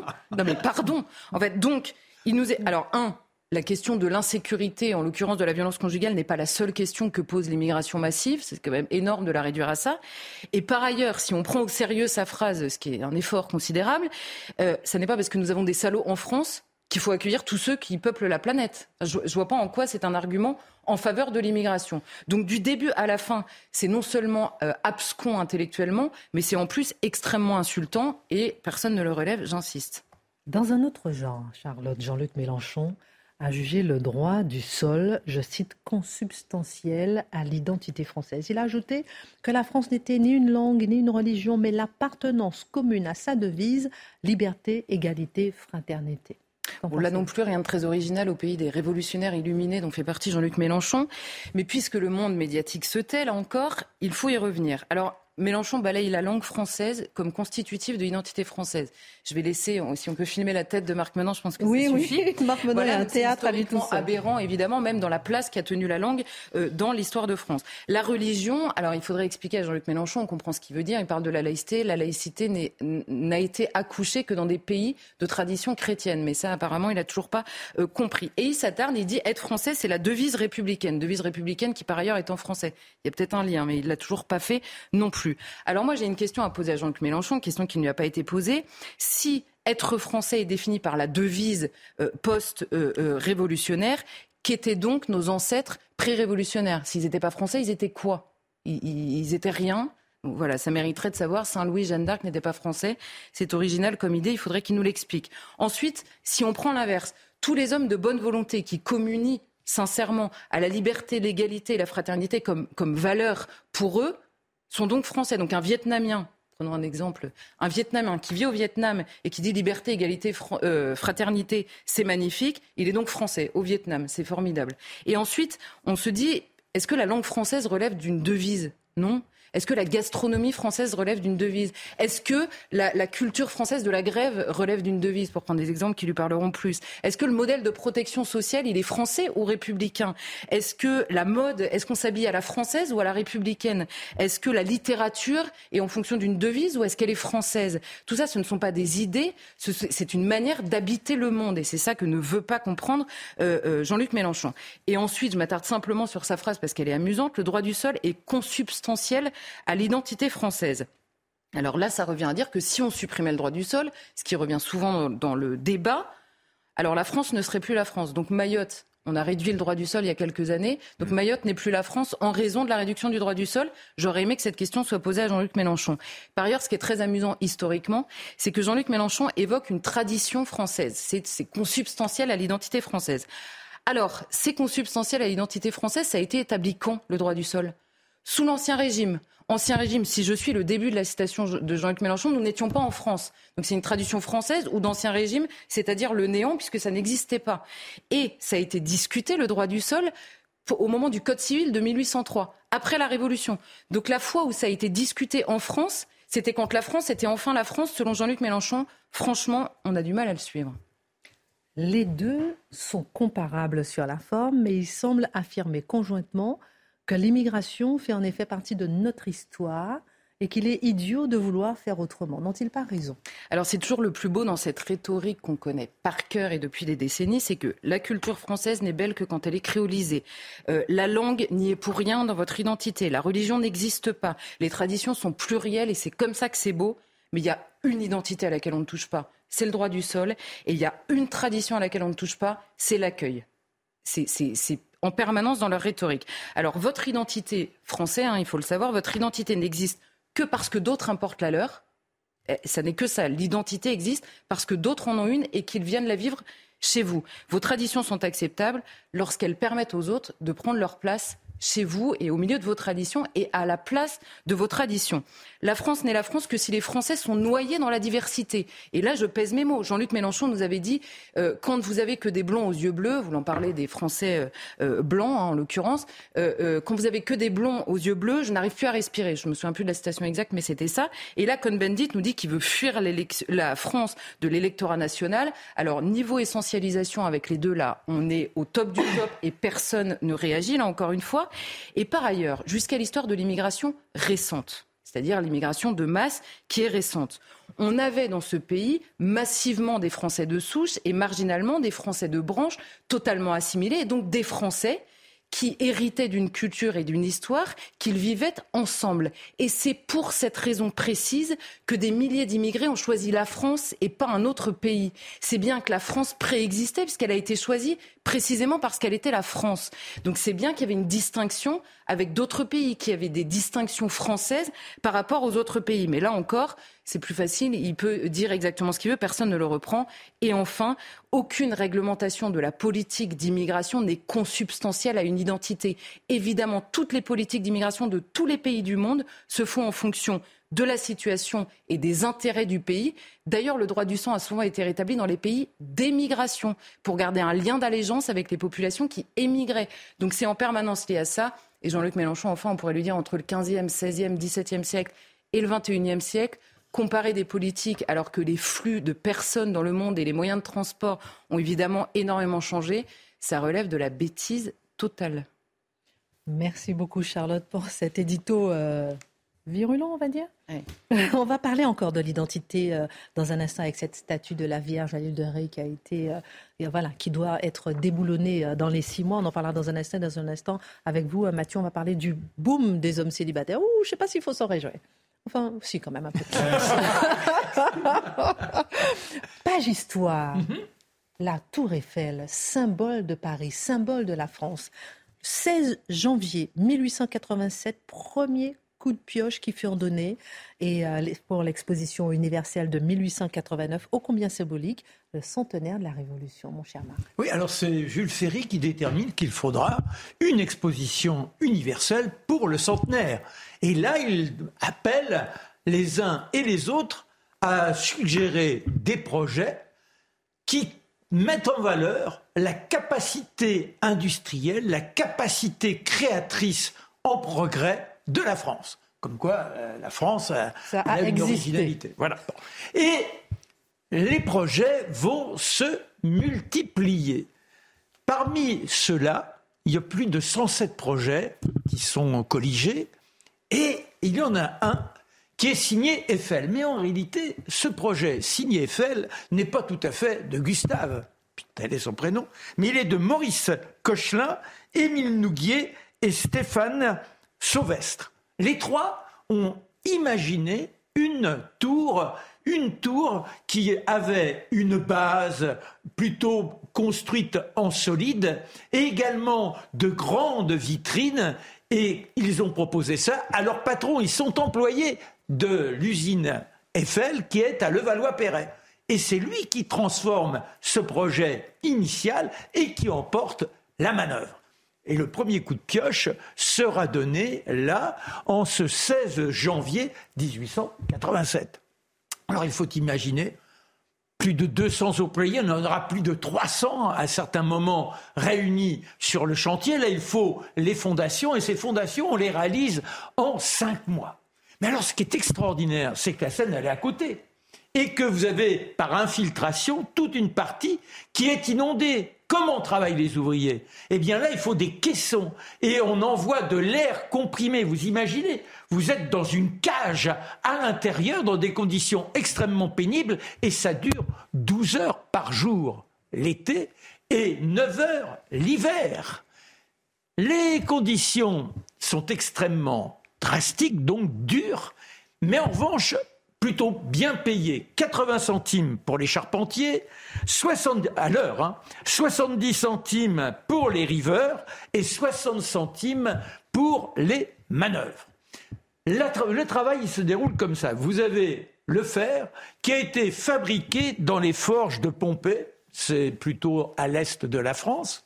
Non mais pardon. En fait, donc, il nous est... Alors, un... La question de l'insécurité, en l'occurrence de la violence conjugale, n'est pas la seule question que pose l'immigration massive. C'est quand même énorme de la réduire à ça. Et par ailleurs, si on prend au sérieux sa phrase, ce qui est un effort considérable, euh, ça n'est pas parce que nous avons des salauds en France qu'il faut accueillir tous ceux qui peuplent la planète. Je ne vois pas en quoi c'est un argument en faveur de l'immigration. Donc du début à la fin, c'est non seulement euh, abscon intellectuellement, mais c'est en plus extrêmement insultant et personne ne le relève, j'insiste. Dans un autre genre, Charlotte, Jean-Luc Mélenchon a jugé le droit du sol, je cite, consubstantiel à l'identité française. Il a ajouté que la France n'était ni une langue ni une religion, mais l'appartenance commune à sa devise, liberté, égalité, fraternité. Bon, là non plus, rien de très original au pays des révolutionnaires illuminés dont fait partie Jean-Luc Mélenchon. Mais puisque le monde médiatique se tait, là encore, il faut y revenir. Alors, Mélenchon balaye la langue française comme constitutive de l'identité française. Je vais laisser, si on peut filmer la tête de Marc Menon, je pense que oui, ça oui. suffit. Oui, Marc Menon voilà, est un théâtre à lui tout seul. Aberrant, évidemment, même dans la place qu'a tenue la langue euh, dans l'histoire de France. La religion, alors il faudrait expliquer à Jean-Luc Mélenchon, on comprend ce qu'il veut dire, il parle de la laïcité. La laïcité n'est, n'a été accouchée que dans des pays de tradition chrétienne. Mais ça, apparemment, il n'a toujours pas euh, compris. Et il s'attarde, il dit être français, c'est la devise républicaine. Devise républicaine qui, par ailleurs, est en français. Il y a peut-être un lien, mais il ne l'a toujours pas fait non plus. Alors moi, j'ai une question à poser à Jean-Luc Mélenchon, une question qui ne lui a pas été posée. Si être français est défini par la devise euh, post-révolutionnaire, euh, euh, qu'étaient donc nos ancêtres pré-révolutionnaires ? S'ils n'étaient pas français, ils étaient quoi ? Ils, ils, ils étaient rien ? Donc voilà, ça mériterait de savoir. Saint-Louis, Jeanne d'Arc n'étaient pas français. C'est original comme idée, il faudrait qu'il nous l'explique. Ensuite, si on prend l'inverse, tous les hommes de bonne volonté qui communient sincèrement à la liberté, l'égalité et la fraternité comme, comme valeur pour eux, sont donc français. Donc un Vietnamien, prenons un exemple, un Vietnamien qui vit au Vietnam et qui dit liberté, égalité, fr- euh, fraternité, c'est magnifique, il est donc français au Vietnam, c'est formidable. Et ensuite, on se dit, est-ce que la langue française relève d'une devise ? Non. Est-ce que la gastronomie française relève d'une devise ? Est-ce que la, la culture française de la grève relève d'une devise, pour prendre des exemples qui lui parleront plus ? Est-ce que le modèle de protection sociale, il est français ou républicain ? Est-ce que la mode, est-ce qu'on s'habille à la française ou à la républicaine ? Est-ce que la littérature est en fonction d'une devise ou est-ce qu'elle est française ? Tout ça, ce ne sont pas des idées, c'est une manière d'habiter le monde. Et c'est ça que ne veut pas comprendre euh, euh, Jean-Luc Mélenchon. Et ensuite, je m'attarde simplement sur sa phrase parce qu'elle est amusante. Le droit du sol est consubstantiel à l'identité française. Alors là, ça revient à dire que si on supprimait le droit du sol, ce qui revient souvent dans le débat, alors la France ne serait plus la France. Donc Mayotte, on a réduit le droit du sol il y a quelques années, donc Mayotte n'est plus la France en raison de la réduction du droit du sol. J'aurais aimé que cette question soit posée à Jean-Luc Mélenchon. Par ailleurs, ce qui est très amusant historiquement, c'est que Jean-Luc Mélenchon évoque une tradition française. C'est, c'est consubstantiel à l'identité française. Alors, c'est consubstantiel à l'identité française, ça a été établi quand, le droit du sol ? Sous l'Ancien Régime. Ancien Régime, si je suis le début de la citation de Jean-Luc Mélenchon, nous n'étions pas en France. Donc c'est une tradition française ou d'Ancien Régime, c'est-à-dire le néant, puisque ça n'existait pas. Et ça a été discuté, le droit du sol, au moment du Code civil de mille huit cent trois, après la Révolution. Donc la fois où ça a été discuté en France, c'était quand la France était enfin la France, selon Jean-Luc Mélenchon. Franchement, on a du mal à le suivre. Les deux sont comparables sur la forme, mais ils semblent affirmer conjointement que l'immigration fait en effet partie de notre histoire et qu'il est idiot de vouloir faire autrement. N'ont-ils pas raison ? Alors c'est toujours le plus beau dans cette rhétorique qu'on connaît par cœur et depuis des décennies, c'est que la culture française n'est belle que quand elle est créolisée. Euh, la langue n'y est pour rien dans votre identité. La religion n'existe pas. Les traditions sont plurielles et c'est comme ça que c'est beau. Mais il y a une identité à laquelle on ne touche pas, c'est le droit du sol. Et il y a une tradition à laquelle on ne touche pas, c'est l'accueil. C'est... c'est, c'est en permanence dans leur rhétorique. Alors votre identité française, hein, il faut le savoir, votre identité n'existe que parce que d'autres importent la leur. Ça n'est que ça. L'identité existe parce que d'autres en ont une et qu'ils viennent la vivre chez vous. Vos traditions sont acceptables lorsqu'elles permettent aux autres de prendre leur place chez vous et au milieu de vos traditions et à la place de vos traditions. La France n'est la France que si les Français sont noyés dans la diversité. Et là, je pèse mes mots. Jean-Luc Mélenchon nous avait dit, euh, quand vous avez que des blonds aux yeux bleus, vous en parlez des Français euh, blancs hein, en l'occurrence, euh, euh, quand vous avez que des blonds aux yeux bleus, je n'arrive plus à respirer. Je me souviens plus de la citation exacte, mais c'était ça. Et là, Cohn-Bendit nous dit qu'il veut fuir la France de l'électorat national. Alors, niveau essentialisation avec les deux là, on est au top du top et personne ne réagit, là encore une fois. Et par ailleurs, jusqu'à l'histoire de l'immigration récente, c'est-à-dire l'immigration de masse qui est récente, on avait dans ce pays massivement des Français de souche et marginalement des Français de branche totalement assimilés, et donc des Français qui héritaient d'une culture et d'une histoire qu'ils vivaient ensemble. Et c'est pour cette raison précise que des milliers d'immigrés ont choisi la France et pas un autre pays. C'est bien que la France préexistait puisqu'elle a été choisie précisément parce qu'elle était la France. Donc c'est bien qu'il y avait une distinction avec d'autres pays, qu'il y avait des distinctions françaises par rapport aux autres pays. Mais là encore, c'est plus facile, il peut dire exactement ce qu'il veut, personne ne le reprend. Et enfin, aucune réglementation de la politique d'immigration n'est consubstantielle à une identité. Évidemment, toutes les politiques d'immigration de tous les pays du monde se font en fonction de la situation et des intérêts du pays. D'ailleurs, le droit du sang a souvent été rétabli dans les pays d'émigration pour garder un lien d'allégeance avec les populations qui émigraient. Donc c'est en permanence lié à ça. Et Jean-Luc Mélenchon, enfin, on pourrait lui dire entre le quinzième, seizième, dix-septième siècle et le vingt et unième siècle, comparer des politiques alors que les flux de personnes dans le monde et les moyens de transport ont évidemment énormément changé, ça relève de la bêtise totale. Merci beaucoup Charlotte pour cet édito euh, virulent, on va dire. Ouais. On va parler encore de l'identité euh, dans un instant avec cette statue de la Vierge à l'île de Ré qui a été, euh, et voilà, qui doit être déboulonnée euh, dans les six mois. On en parlera dans un instant. Dans un instant, avec vous, euh, Mathieu, on va parler du boom des hommes célibataires. Ouh, je ne sais pas s'il faut s'en réjouir. Enfin, si, quand même un peu. Page histoire. Mm-hmm. La Tour Eiffel, symbole de Paris, symbole de la France. seize janvier mille huit cent quatre-vingt-sept, premier coup de pioche qui furent donnés et euh, pour l'exposition universelle de mille huit cent quatre-vingt-neuf, ô combien symbolique, le centenaire de la Révolution, mon cher Marc. Oui, alors c'est Jules Ferry qui détermine qu'il faudra une exposition universelle pour le centenaire. Et là, il appelle les uns et les autres à suggérer des projets qui mettent en valeur la capacité industrielle, la capacité créatrice en progrès de la France. Comme quoi, euh, la France a, Ça a, a une existé. originalité. Voilà. Et les projets vont se multiplier. Parmi ceux-là, il y a plus de cent sept projets qui sont colligés et il y en a un qui est signé Eiffel. Mais en réalité, ce projet signé Eiffel n'est pas tout à fait de Gustave, tel est son prénom, mais il est de Maurice Cochelin, Émile Nouguier et Stéphane Sauvestre. Les trois ont imaginé une tour, une tour qui avait une base plutôt construite en solide et également de grandes vitrines. Et ils ont proposé ça à leurs patrons. Ils sont employés de l'usine Eiffel qui est à Levallois-Perret. Et c'est lui qui transforme ce projet initial et qui emporte la manœuvre. Et le premier coup de pioche sera donné là, en ce seize janvier dix-huit cent quatre-vingt-sept. Alors il faut imaginer, plus de deux cents employés, on en aura plus de trois cents à certains moments réunis sur le chantier. Là, il faut les fondations, et ces fondations, on les réalise en cinq mois. Mais alors, ce qui est extraordinaire, c'est que la Seine, elle est à côté. et que vous avez, par infiltration, toute une partie qui est inondée. Comment travaillent les ouvriers ? Eh bien là, il faut des caissons et on envoie de l'air comprimé. Vous imaginez ? Vous êtes dans une cage à l'intérieur, dans des conditions extrêmement pénibles et ça dure douze heures par jour l'été et neuf heures l'hiver. Les conditions sont extrêmement drastiques, donc dures, mais en revanche, plutôt bien payées. quatre-vingts centimes pour les charpentiers, soixante à l'heure, hein, soixante-dix centimes pour les riveurs et soixante centimes pour les manœuvres. La, le travail il se déroule comme ça. Vous avez le fer qui a été fabriqué dans les forges de Pompée, c'est plutôt à l'est de la France.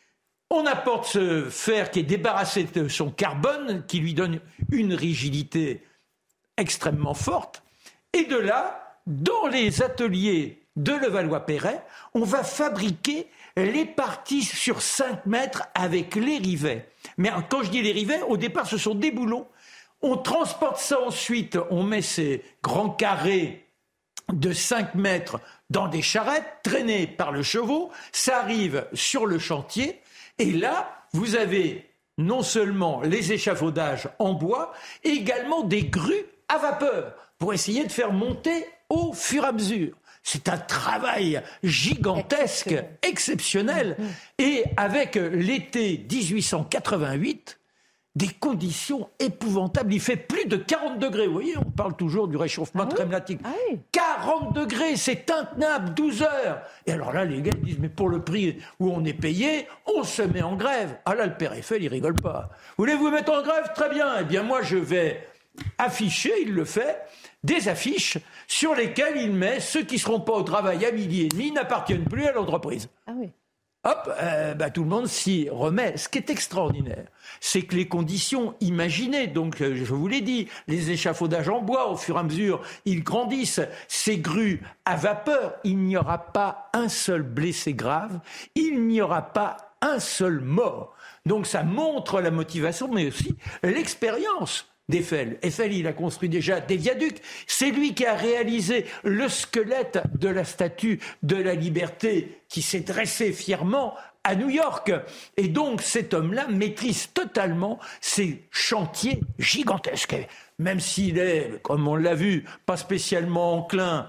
On apporte ce fer qui est débarrassé de son carbone, qui lui donne une rigidité extrêmement forte. Et de là, dans les ateliers de Levallois-Perret, on va fabriquer les parties sur cinq mètres avec les rivets. Mais quand je dis les rivets, au départ, ce sont des boulons. On transporte ça ensuite, on met ces grands carrés de cinq mètres dans des charrettes traînées par le chevaux. Ça arrive sur le chantier. Et là, vous avez non seulement les échafaudages en bois, et également des grues à vapeur pour essayer de faire monter au fur et à mesure. C'est un travail gigantesque, exceptionnel. Et avec l'été dix-huit cent quatre-vingt-huit, des conditions épouvantables. Il fait plus de quarante degrés. Vous voyez, on parle toujours du réchauffement ah oui climatique. ah oui. quarante degrés, c'est intenable, douze heures. Et alors là, les gars disent, mais pour le prix où on est payé, on se met en grève. Ah là, le père Eiffel, il rigole pas. Voulez-vous vous mettre en grève ? Très bien. Eh bien, moi, je vais afficher, il le fait, des affiches sur lesquelles il met ceux qui ne seront pas au travail à midi et demi n'appartiennent plus à l'entreprise. Ah oui. Hop, euh, bah, tout le monde s'y remet. Ce qui est extraordinaire, c'est que les conditions imaginées, donc euh, je vous l'ai dit, les échafaudages en bois, au fur et à mesure, ils grandissent, ces grues à vapeur, il n'y aura pas un seul blessé grave, il n'y aura pas un seul mort. Donc ça montre la motivation, mais aussi l'expérience d'Eiffel. Eiffel, il a construit déjà des viaducs. C'est lui qui a réalisé le squelette de la statue de la Liberté qui s'est dressée fièrement à New York. Et donc, cet homme-là maîtrise totalement ces chantiers gigantesques. Même s'il est, comme on l'a vu, pas spécialement enclin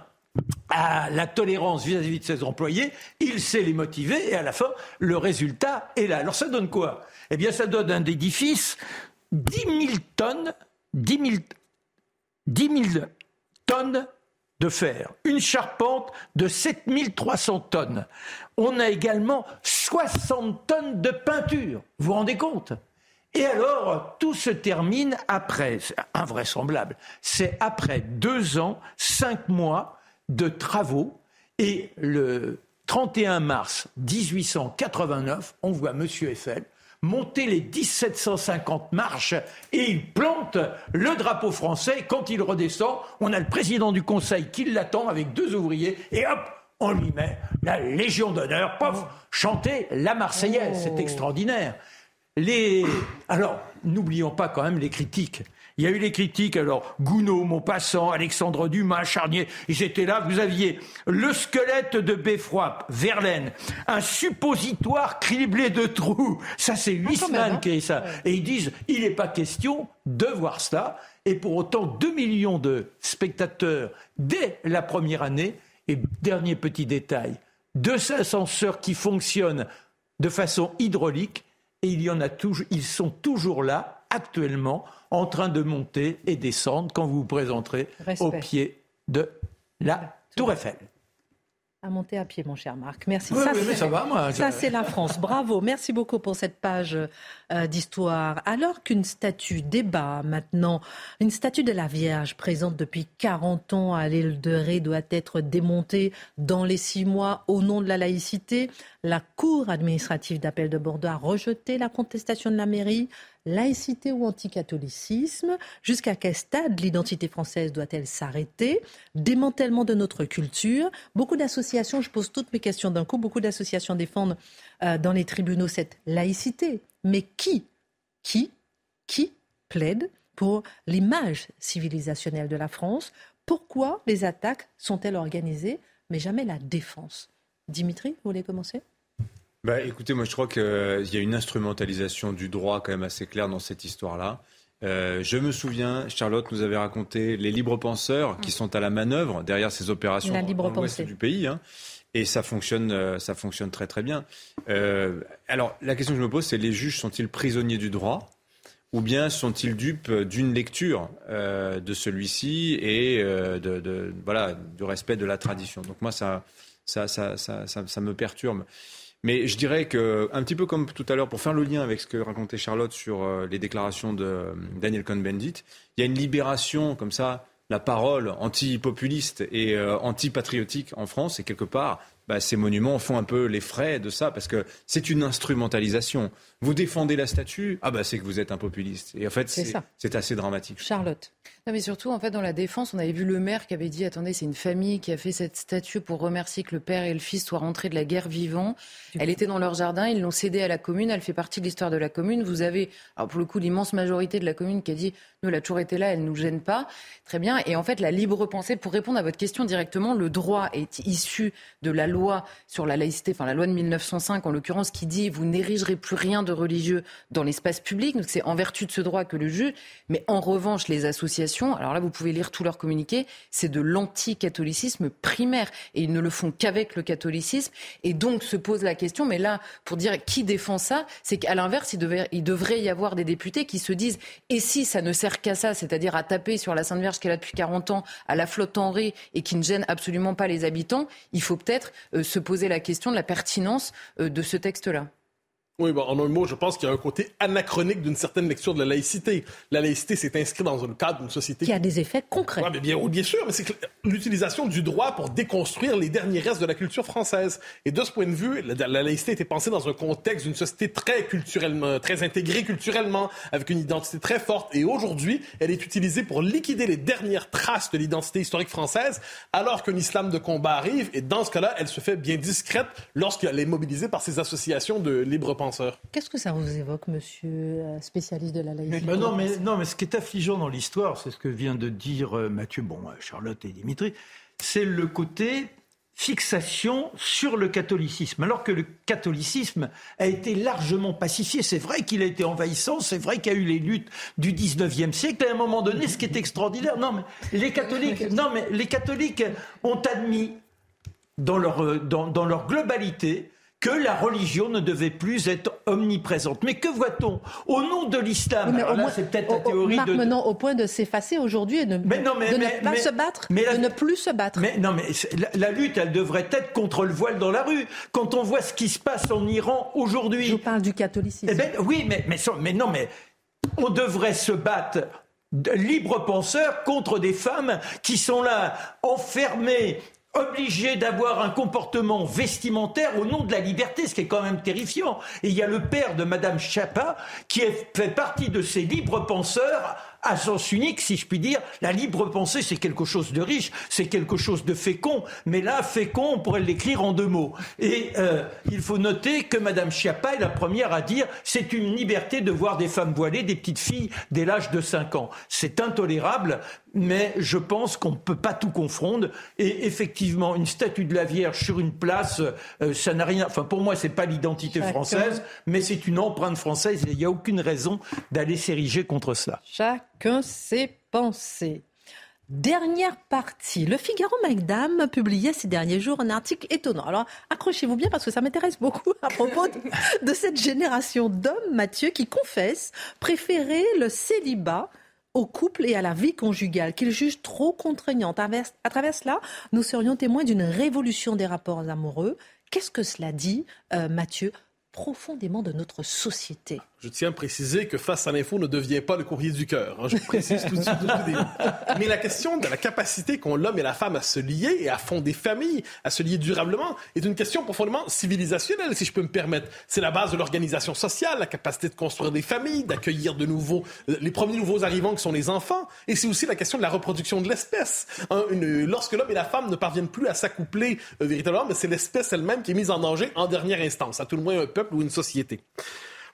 à la tolérance vis-à-vis de ses employés, il sait les motiver et à la fin, le résultat est là. Alors ça donne quoi ? Eh bien, ça donne un édifice dix mille tonnes, dix mille, dix mille tonnes de fer, une charpente de sept mille trois cents tonnes. On a également soixante tonnes de peinture. Vous vous rendez compte ? Et alors, tout se termine après, c'est invraisemblable, c'est après deux ans, cinq mois de travaux, et le trente et un mars dix-huit cent quatre-vingt-neuf, on voit M. Eiffel monter les dix-sept cent cinquante marches et il plante le drapeau français. Quand il redescend, on a le président du Conseil qui l'attend avec deux ouvriers et hop, on lui met la Légion d'honneur. Pof, chanter la Marseillaise, c'est extraordinaire. Les... Alors, n'oublions pas quand même les critiques. Il y a eu les critiques, alors, Gounod, Maupassant, Alexandre Dumas, Charnier, ils étaient là, vous aviez le squelette de Beffroi, Verlaine, un suppositoire criblé de trous, ça c'est Huysmans hein. qui a dit ça, et ils disent, il n'est pas question de voir ça, et pour autant, deux millions de spectateurs dès la première année, et dernier petit détail, deux ascenseurs qui fonctionnent de façon hydraulique, et il y en a toujours, ils sont toujours là, actuellement, en train de monter et descendre quand vous vous présenterez Respect. Au pied de la Tour Eiffel. À monter à pied, mon cher Marc. Merci. Oui, ça, oui, mais ça va, moi. Ça, c'est la France. Bravo. Merci beaucoup pour cette page euh, d'histoire. Alors qu'une statue débat maintenant, une statue de la Vierge présente depuis quarante ans à l'île de Ré doit être démontée dans les six mois au nom de la laïcité. La Cour administrative d'appel de Bordeaux a rejeté la contestation de la mairie. Laïcité ou anticatholicisme ? Jusqu'à quel stade l'identité française doit-elle s'arrêter ? Démantèlement de notre culture. Beaucoup d'associations, je pose toutes mes questions d'un coup, beaucoup d'associations défendent euh, dans les tribunaux cette laïcité. Mais qui, qui, qui plaide pour l'image civilisationnelle de la France ? Pourquoi les attaques sont-elles organisées, mais jamais la défense ? Dimitri, vous voulez commencer ? Bah, écoutez, moi je crois qu'il euh, y a une instrumentalisation du droit quand même assez claire dans cette histoire-là. Euh, je me souviens, Charlotte nous avait raconté les libres penseurs qui sont à la manœuvre derrière ces opérations dans l'ouest du pays. Hein, et ça fonctionne, euh, ça fonctionne très très bien. Euh, alors la question que je me pose, c'est les juges sont-ils prisonniers du droit ? Ou bien sont-ils dupes d'une lecture euh, de celui-ci et euh, de, de, voilà, du respect de la tradition. Donc moi, ça, ça, ça, ça, ça, ça me perturbe. Mais je dirais que, un petit peu comme tout à l'heure, pour faire le lien avec ce que racontait Charlotte sur euh, les déclarations de Daniel Cohn-Bendit, il y a une libération comme ça, la parole anti-populiste et euh, anti-patriotique en France, et quelque part, bah, ces monuments font un peu les frais de ça, parce que c'est une instrumentalisation. Vous défendez la statue, ah bah c'est que vous êtes un populiste. Et en fait, c'est, c'est, c'est assez dramatique. Charlotte. Non, mais surtout, en fait, dans la défense, on avait vu le maire qui avait dit, attendez, c'est une famille qui a fait cette statue pour remercier que le père et le fils soient rentrés de la guerre vivants. Elle était dans leur jardin, ils l'ont cédée à la commune, elle fait partie de l'histoire de la commune. Vous avez, alors pour le coup, l'immense majorité de la commune qui a dit, nous, elle a toujours été là, elle ne nous gêne pas. Très bien. Et en fait, la libre pensée, pour répondre à votre question directement, le droit est issu de la loi sur la laïcité, enfin la loi de mille neuf cent cinq, en l'occurrence, qui dit, vous n'érigerez plus rien de religieux dans l'espace public. Donc c'est en vertu de ce droit que le juge. Mais en revanche, les associations, alors là, vous pouvez lire tous leurs communiqués, c'est de l'anticatholicisme primaire. Et ils ne le font qu'avec le catholicisme. Et donc se pose la question, mais là, pour dire qui défend ça, c'est qu'à l'inverse, il, devait, il devrait y avoir des députés qui se disent, et si ça ne sert qu'à ça, c'est-à-dire à taper sur la Sainte Vierge qui est là depuis quarante ans, à la flotte en raie et qui ne gêne absolument pas les habitants, il faut peut-être euh, se poser la question de la pertinence euh, de ce texte-là. Oui, bon, en un mot, je pense qu'il y a un côté anachronique d'une certaine lecture de la laïcité. La laïcité s'est inscrite dans le cadre d'une société qui a des effets concrets. Ouais, mais bien, bien sûr, mais c'est que l'utilisation du droit pour déconstruire les derniers restes de la culture française. Et de ce point de vue, la, la laïcité était pensée dans un contexte d'une société très culturellement, très intégrée culturellement, avec une identité très forte. Et aujourd'hui, elle est utilisée pour liquider les dernières traces de l'identité historique française, alors qu'un islam de combat arrive. Et dans ce cas-là, elle se fait bien discrète lorsqu'elle est mobilisée par ces associations de libres penseurs. Qu'est-ce que ça vous évoque, monsieur spécialiste de la laïcité ? mais, non, mais, non, mais ce qui est affligeant dans l'histoire, c'est ce que vient de dire euh, Mathieu, bon, Charlotte et Dimitri, c'est le côté fixation sur le catholicisme, alors que le catholicisme a été largement pacifié. C'est vrai qu'il a été envahissant, c'est vrai qu'il y a eu les luttes du dix-neuvième siècle. À un moment donné, ce qui est extraordinaire, non, mais les catholiques, non, mais les catholiques ont admis dans leur, dans, dans leur globalité que la religion ne devait plus être omniprésente. Mais que voit-on ? Au nom de l'islam, oui, alors là, moins, c'est peut-être la au, théorie Marc de... Menon, au point de s'effacer aujourd'hui et de, mais non, mais, de mais, ne pas mais, se battre, mais la, de ne plus se battre. Mais non, mais la, la lutte, elle devrait être contre le voile dans la rue. Quand on voit ce qui se passe en Iran aujourd'hui... Je vous parle du catholicisme. Eh ben, oui, mais, mais, mais non, mais on devrait se battre... libres penseurs contre des femmes qui sont là, enfermées, obligés d'avoir un comportement vestimentaire au nom de la liberté, ce qui est quand même terrifiant. Et il y a le père de Madame Schiappa qui est, fait partie de ces libres penseurs à sens unique, si je puis dire. La libre pensée, c'est quelque chose de riche, c'est quelque chose de fécond. Mais là, fécond, on pourrait l'écrire en deux mots. Et euh, il faut noter que Madame Schiappa est la première à dire c'est une liberté de voir des femmes voilées, des petites filles dès l'âge de cinq ans. C'est intolérable, mais je pense qu'on ne peut pas tout confondre. Et effectivement, une statue de la Vierge sur une place, euh, ça n'a rien... Enfin, pour moi, c'est pas l'identité Chacun. française, mais c'est une empreinte française et il n'y a aucune raison d'aller s'ériger contre cela. Chacun ses pensées. Dernière partie. Le Figaro Madame publiait ces derniers jours un article étonnant. Alors, accrochez-vous bien parce que ça m'intéresse beaucoup à propos de, de cette génération d'hommes, Mathieu, qui confessent préférer le célibat au couple et à la vie conjugale, qu'ils jugent trop contraignante. À travers cela, nous serions témoins d'une révolution des rapports amoureux. Qu'est-ce que cela dit, euh, Mathieu, profondément de notre société? Je tiens à préciser que Face à l'info ne devient pas le courrier du cœur. Hein, je précise tout de suite. Mais la question de la capacité qu'ont l'homme et la femme à se lier et à fonder famille, à se lier durablement, est une question profondément civilisationnelle, si je peux me permettre. C'est la base de l'organisation sociale, la capacité de construire des familles, d'accueillir de nouveaux, les premiers nouveaux arrivants qui sont les enfants. Et c'est aussi la question de la reproduction de l'espèce. Hein, une, lorsque l'homme et la femme ne parviennent plus à s'accoupler euh, véritablement, mais c'est l'espèce elle-même qui est mise en danger en dernière instance, à tout le moins un peuple ou une société.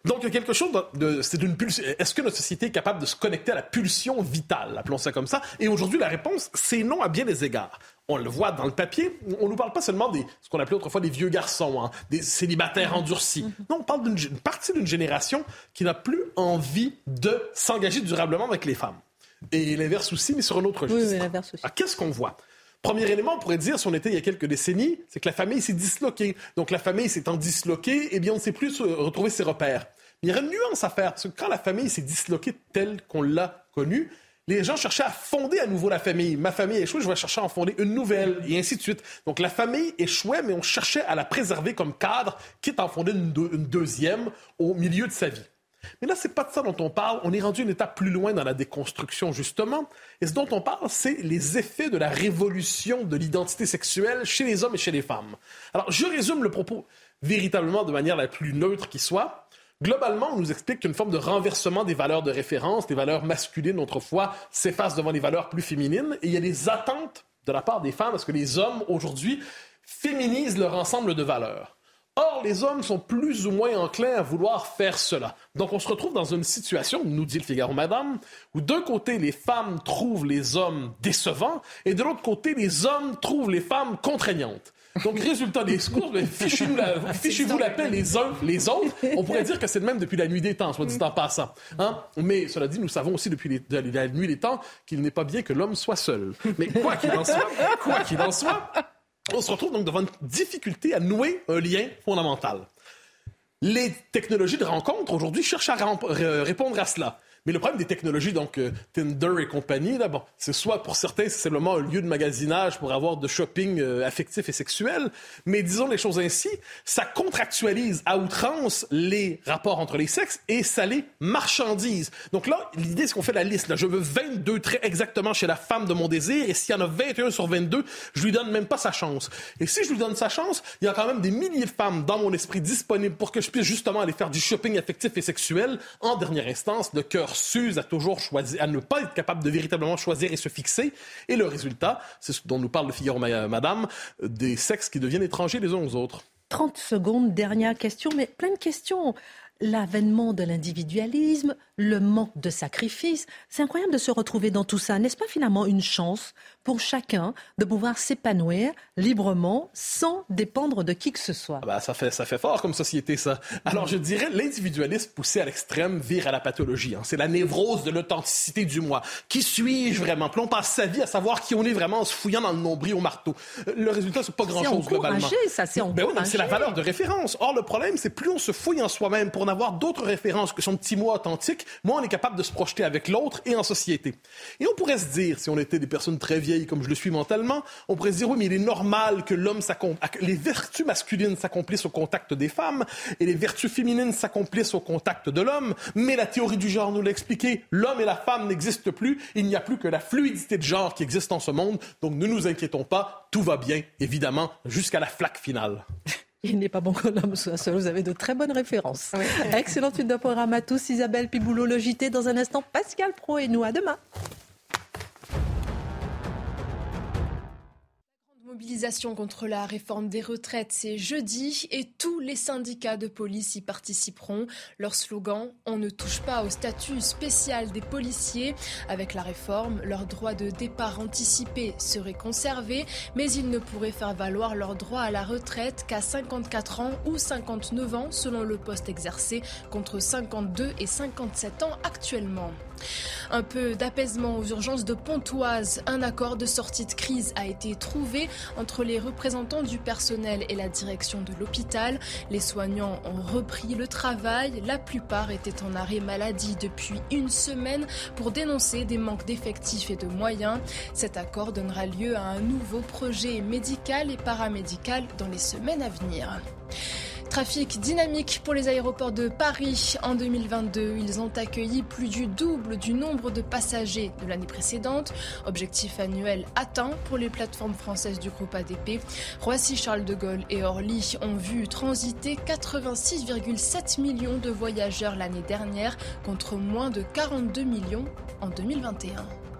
Donc, il y a quelque chose de... de c'est une pulsion. Est-ce que notre société est capable de se connecter à la pulsion vitale, appelons ça comme ça? Et aujourd'hui, la réponse, c'est non à bien des égards. On le voit dans le papier, on ne nous parle pas seulement des ce qu'on appelait autrefois des vieux garçons, hein, des célibataires endurcis. Non, on parle d'une une partie d'une génération qui n'a plus envie de s'engager durablement avec les femmes. Et l'inverse aussi, mais sur un autre registre. Oui, oui, l'inverse aussi. Alors, qu'est-ce qu'on voit? Premier élément, on pourrait dire, si on était il y a quelques décennies, c'est que la famille s'est disloquée. Donc la famille s'étant disloquée, eh bien, on ne sait plus retrouver ses repères. Mais il y aurait une nuance à faire, parce que quand la famille s'est disloquée telle qu'on l'a connue, les gens cherchaient à fonder à nouveau la famille. Ma famille échouée, je vais chercher à en fonder une nouvelle, et ainsi de suite. Donc la famille échouait, mais on cherchait à la préserver comme cadre, quitte à en fonder une, deux, une deuxième au milieu de sa vie. Mais là, c'est pas de ça dont on parle. On est rendu une étape plus loin dans la déconstruction, justement. Et ce dont on parle, c'est les effets de la révolution de l'identité sexuelle chez les hommes et chez les femmes. Alors, je résume le propos véritablement de manière la plus neutre qui soit. Globalement, on nous explique qu'une forme de renversement des valeurs de référence, les valeurs masculines autrefois, s'effacent devant les valeurs plus féminines. Et il y a des attentes de la part des femmes parce que les hommes, aujourd'hui, féminisent leur ensemble de valeurs. Or, les hommes sont plus ou moins enclins à vouloir faire cela. Donc, on se retrouve dans une situation, nous dit le Figaro Madame, où d'un côté, les femmes trouvent les hommes décevants, et de l'autre côté, les hommes trouvent les femmes contraignantes. Donc, résultat des discours, fichez-vous la, fichez-vous la paix les uns les autres. On pourrait dire que c'est le même depuis la nuit des temps, soit dit en passant. Hein? Mais cela dit, nous savons aussi depuis les, la nuit des temps qu'il n'est pas bien que l'homme soit seul. Mais quoi qu'il en soit, quoi qu'il en soit, on se retrouve donc devant une difficulté à nouer un lien fondamental. Les technologies de rencontre, aujourd'hui, cherchent à ramp- répondre à cela. Mais le problème des technologies, donc euh, Tinder et compagnie, là, bon, c'est soit pour certains, c'est simplement un lieu de magasinage pour avoir de shopping euh, affectif et sexuel, mais disons les choses ainsi, ça contractualise à outrance les rapports entre les sexes et ça les marchandise. Donc là, l'idée, c'est qu'on fait la liste. Là. Je veux vingt-deux traits exactement chez la femme de mon désir et s'il y en a vingt et un sur vingt-deux, je lui donne même pas sa chance. Et si je lui donne sa chance, il y a quand même des milliers de femmes dans mon esprit disponibles pour que je puisse justement aller faire du shopping affectif et sexuel. En dernière instance, le cœur s'use à toujours choisir, à ne pas être capable de véritablement choisir et se fixer. Et le résultat, c'est ce dont nous parle le Figaro Madame, des sexes qui deviennent étrangers les uns aux autres. trente secondes, dernière question, mais plein de questions. L'avènement de l'individualisme, le manque de sacrifice. C'est incroyable de se retrouver dans tout ça. N'est-ce pas finalement une chance pour chacun de pouvoir s'épanouir librement sans dépendre de qui que ce soit? Ah ben, ça fait, ça fait fort comme société, ça. Alors, je dirais, l'individualisme poussé à l'extrême vire à la pathologie. Hein. C'est la névrose de l'authenticité du moi. Qui suis-je vraiment? Puis on passe sa vie à savoir qui on est vraiment en se fouillant dans le nombril au marteau. Le résultat, c'est pas grand-chose, globalement. Ça, c'est ben oui, c'est la valeur de référence. Or, le problème, c'est plus on se fouille en soi-même pour avoir d'autres références que son petit moi authentique, moins on est capable de se projeter avec l'autre et en société. Et on pourrait se dire, si on était des personnes très vieilles comme je le suis mentalement, on pourrait se dire, oui, mais il est normal que l'homme s'accomplisse, les vertus masculines s'accomplissent au contact des femmes et les vertus féminines s'accomplissent au contact de l'homme, mais la théorie du genre nous l'a expliqué, l'homme et la femme n'existent plus, il n'y a plus que la fluidité de genre qui existe en ce monde, donc ne nous inquiétons pas, tout va bien, évidemment, jusqu'à la flaque finale. Il n'est pas bon que l'homme soit seul. Vous avez de très bonnes références. Oui. Excellente suite de programme à tous. Isabelle Piboulot, le J T. Dans un instant, Pascal Praud et nous. À demain. Mobilisation contre la réforme des retraites, c'est jeudi et tous les syndicats de police y participeront. Leur slogan, on ne touche pas au statut spécial des policiers. Avec la réforme, leur droit de départ anticipé serait conservé, mais ils ne pourraient faire valoir leur droit à la retraite qu'à cinquante-quatre ans ou cinquante-neuf ans selon le poste exercé, contre cinquante-deux et cinquante-sept ans actuellement. Un peu d'apaisement aux urgences de Pontoise. Un accord de sortie de crise a été trouvé entre les représentants du personnel et la direction de l'hôpital. Les soignants ont repris le travail. La plupart étaient en arrêt maladie depuis une semaine pour dénoncer des manques d'effectifs et de moyens. Cet accord donnera lieu à un nouveau projet médical et paramédical dans les semaines à venir. Trafic dynamique pour les aéroports de Paris. En deux mille vingt-deux, ils ont accueilli plus du double du nombre de passagers de l'année précédente. Objectif annuel atteint pour les plateformes françaises du groupe A D P. Roissy-Charles de Gaulle et Orly ont vu transiter quatre-vingt-six virgule sept millions de voyageurs l'année dernière contre moins de quarante-deux millions en deux mille vingt et un.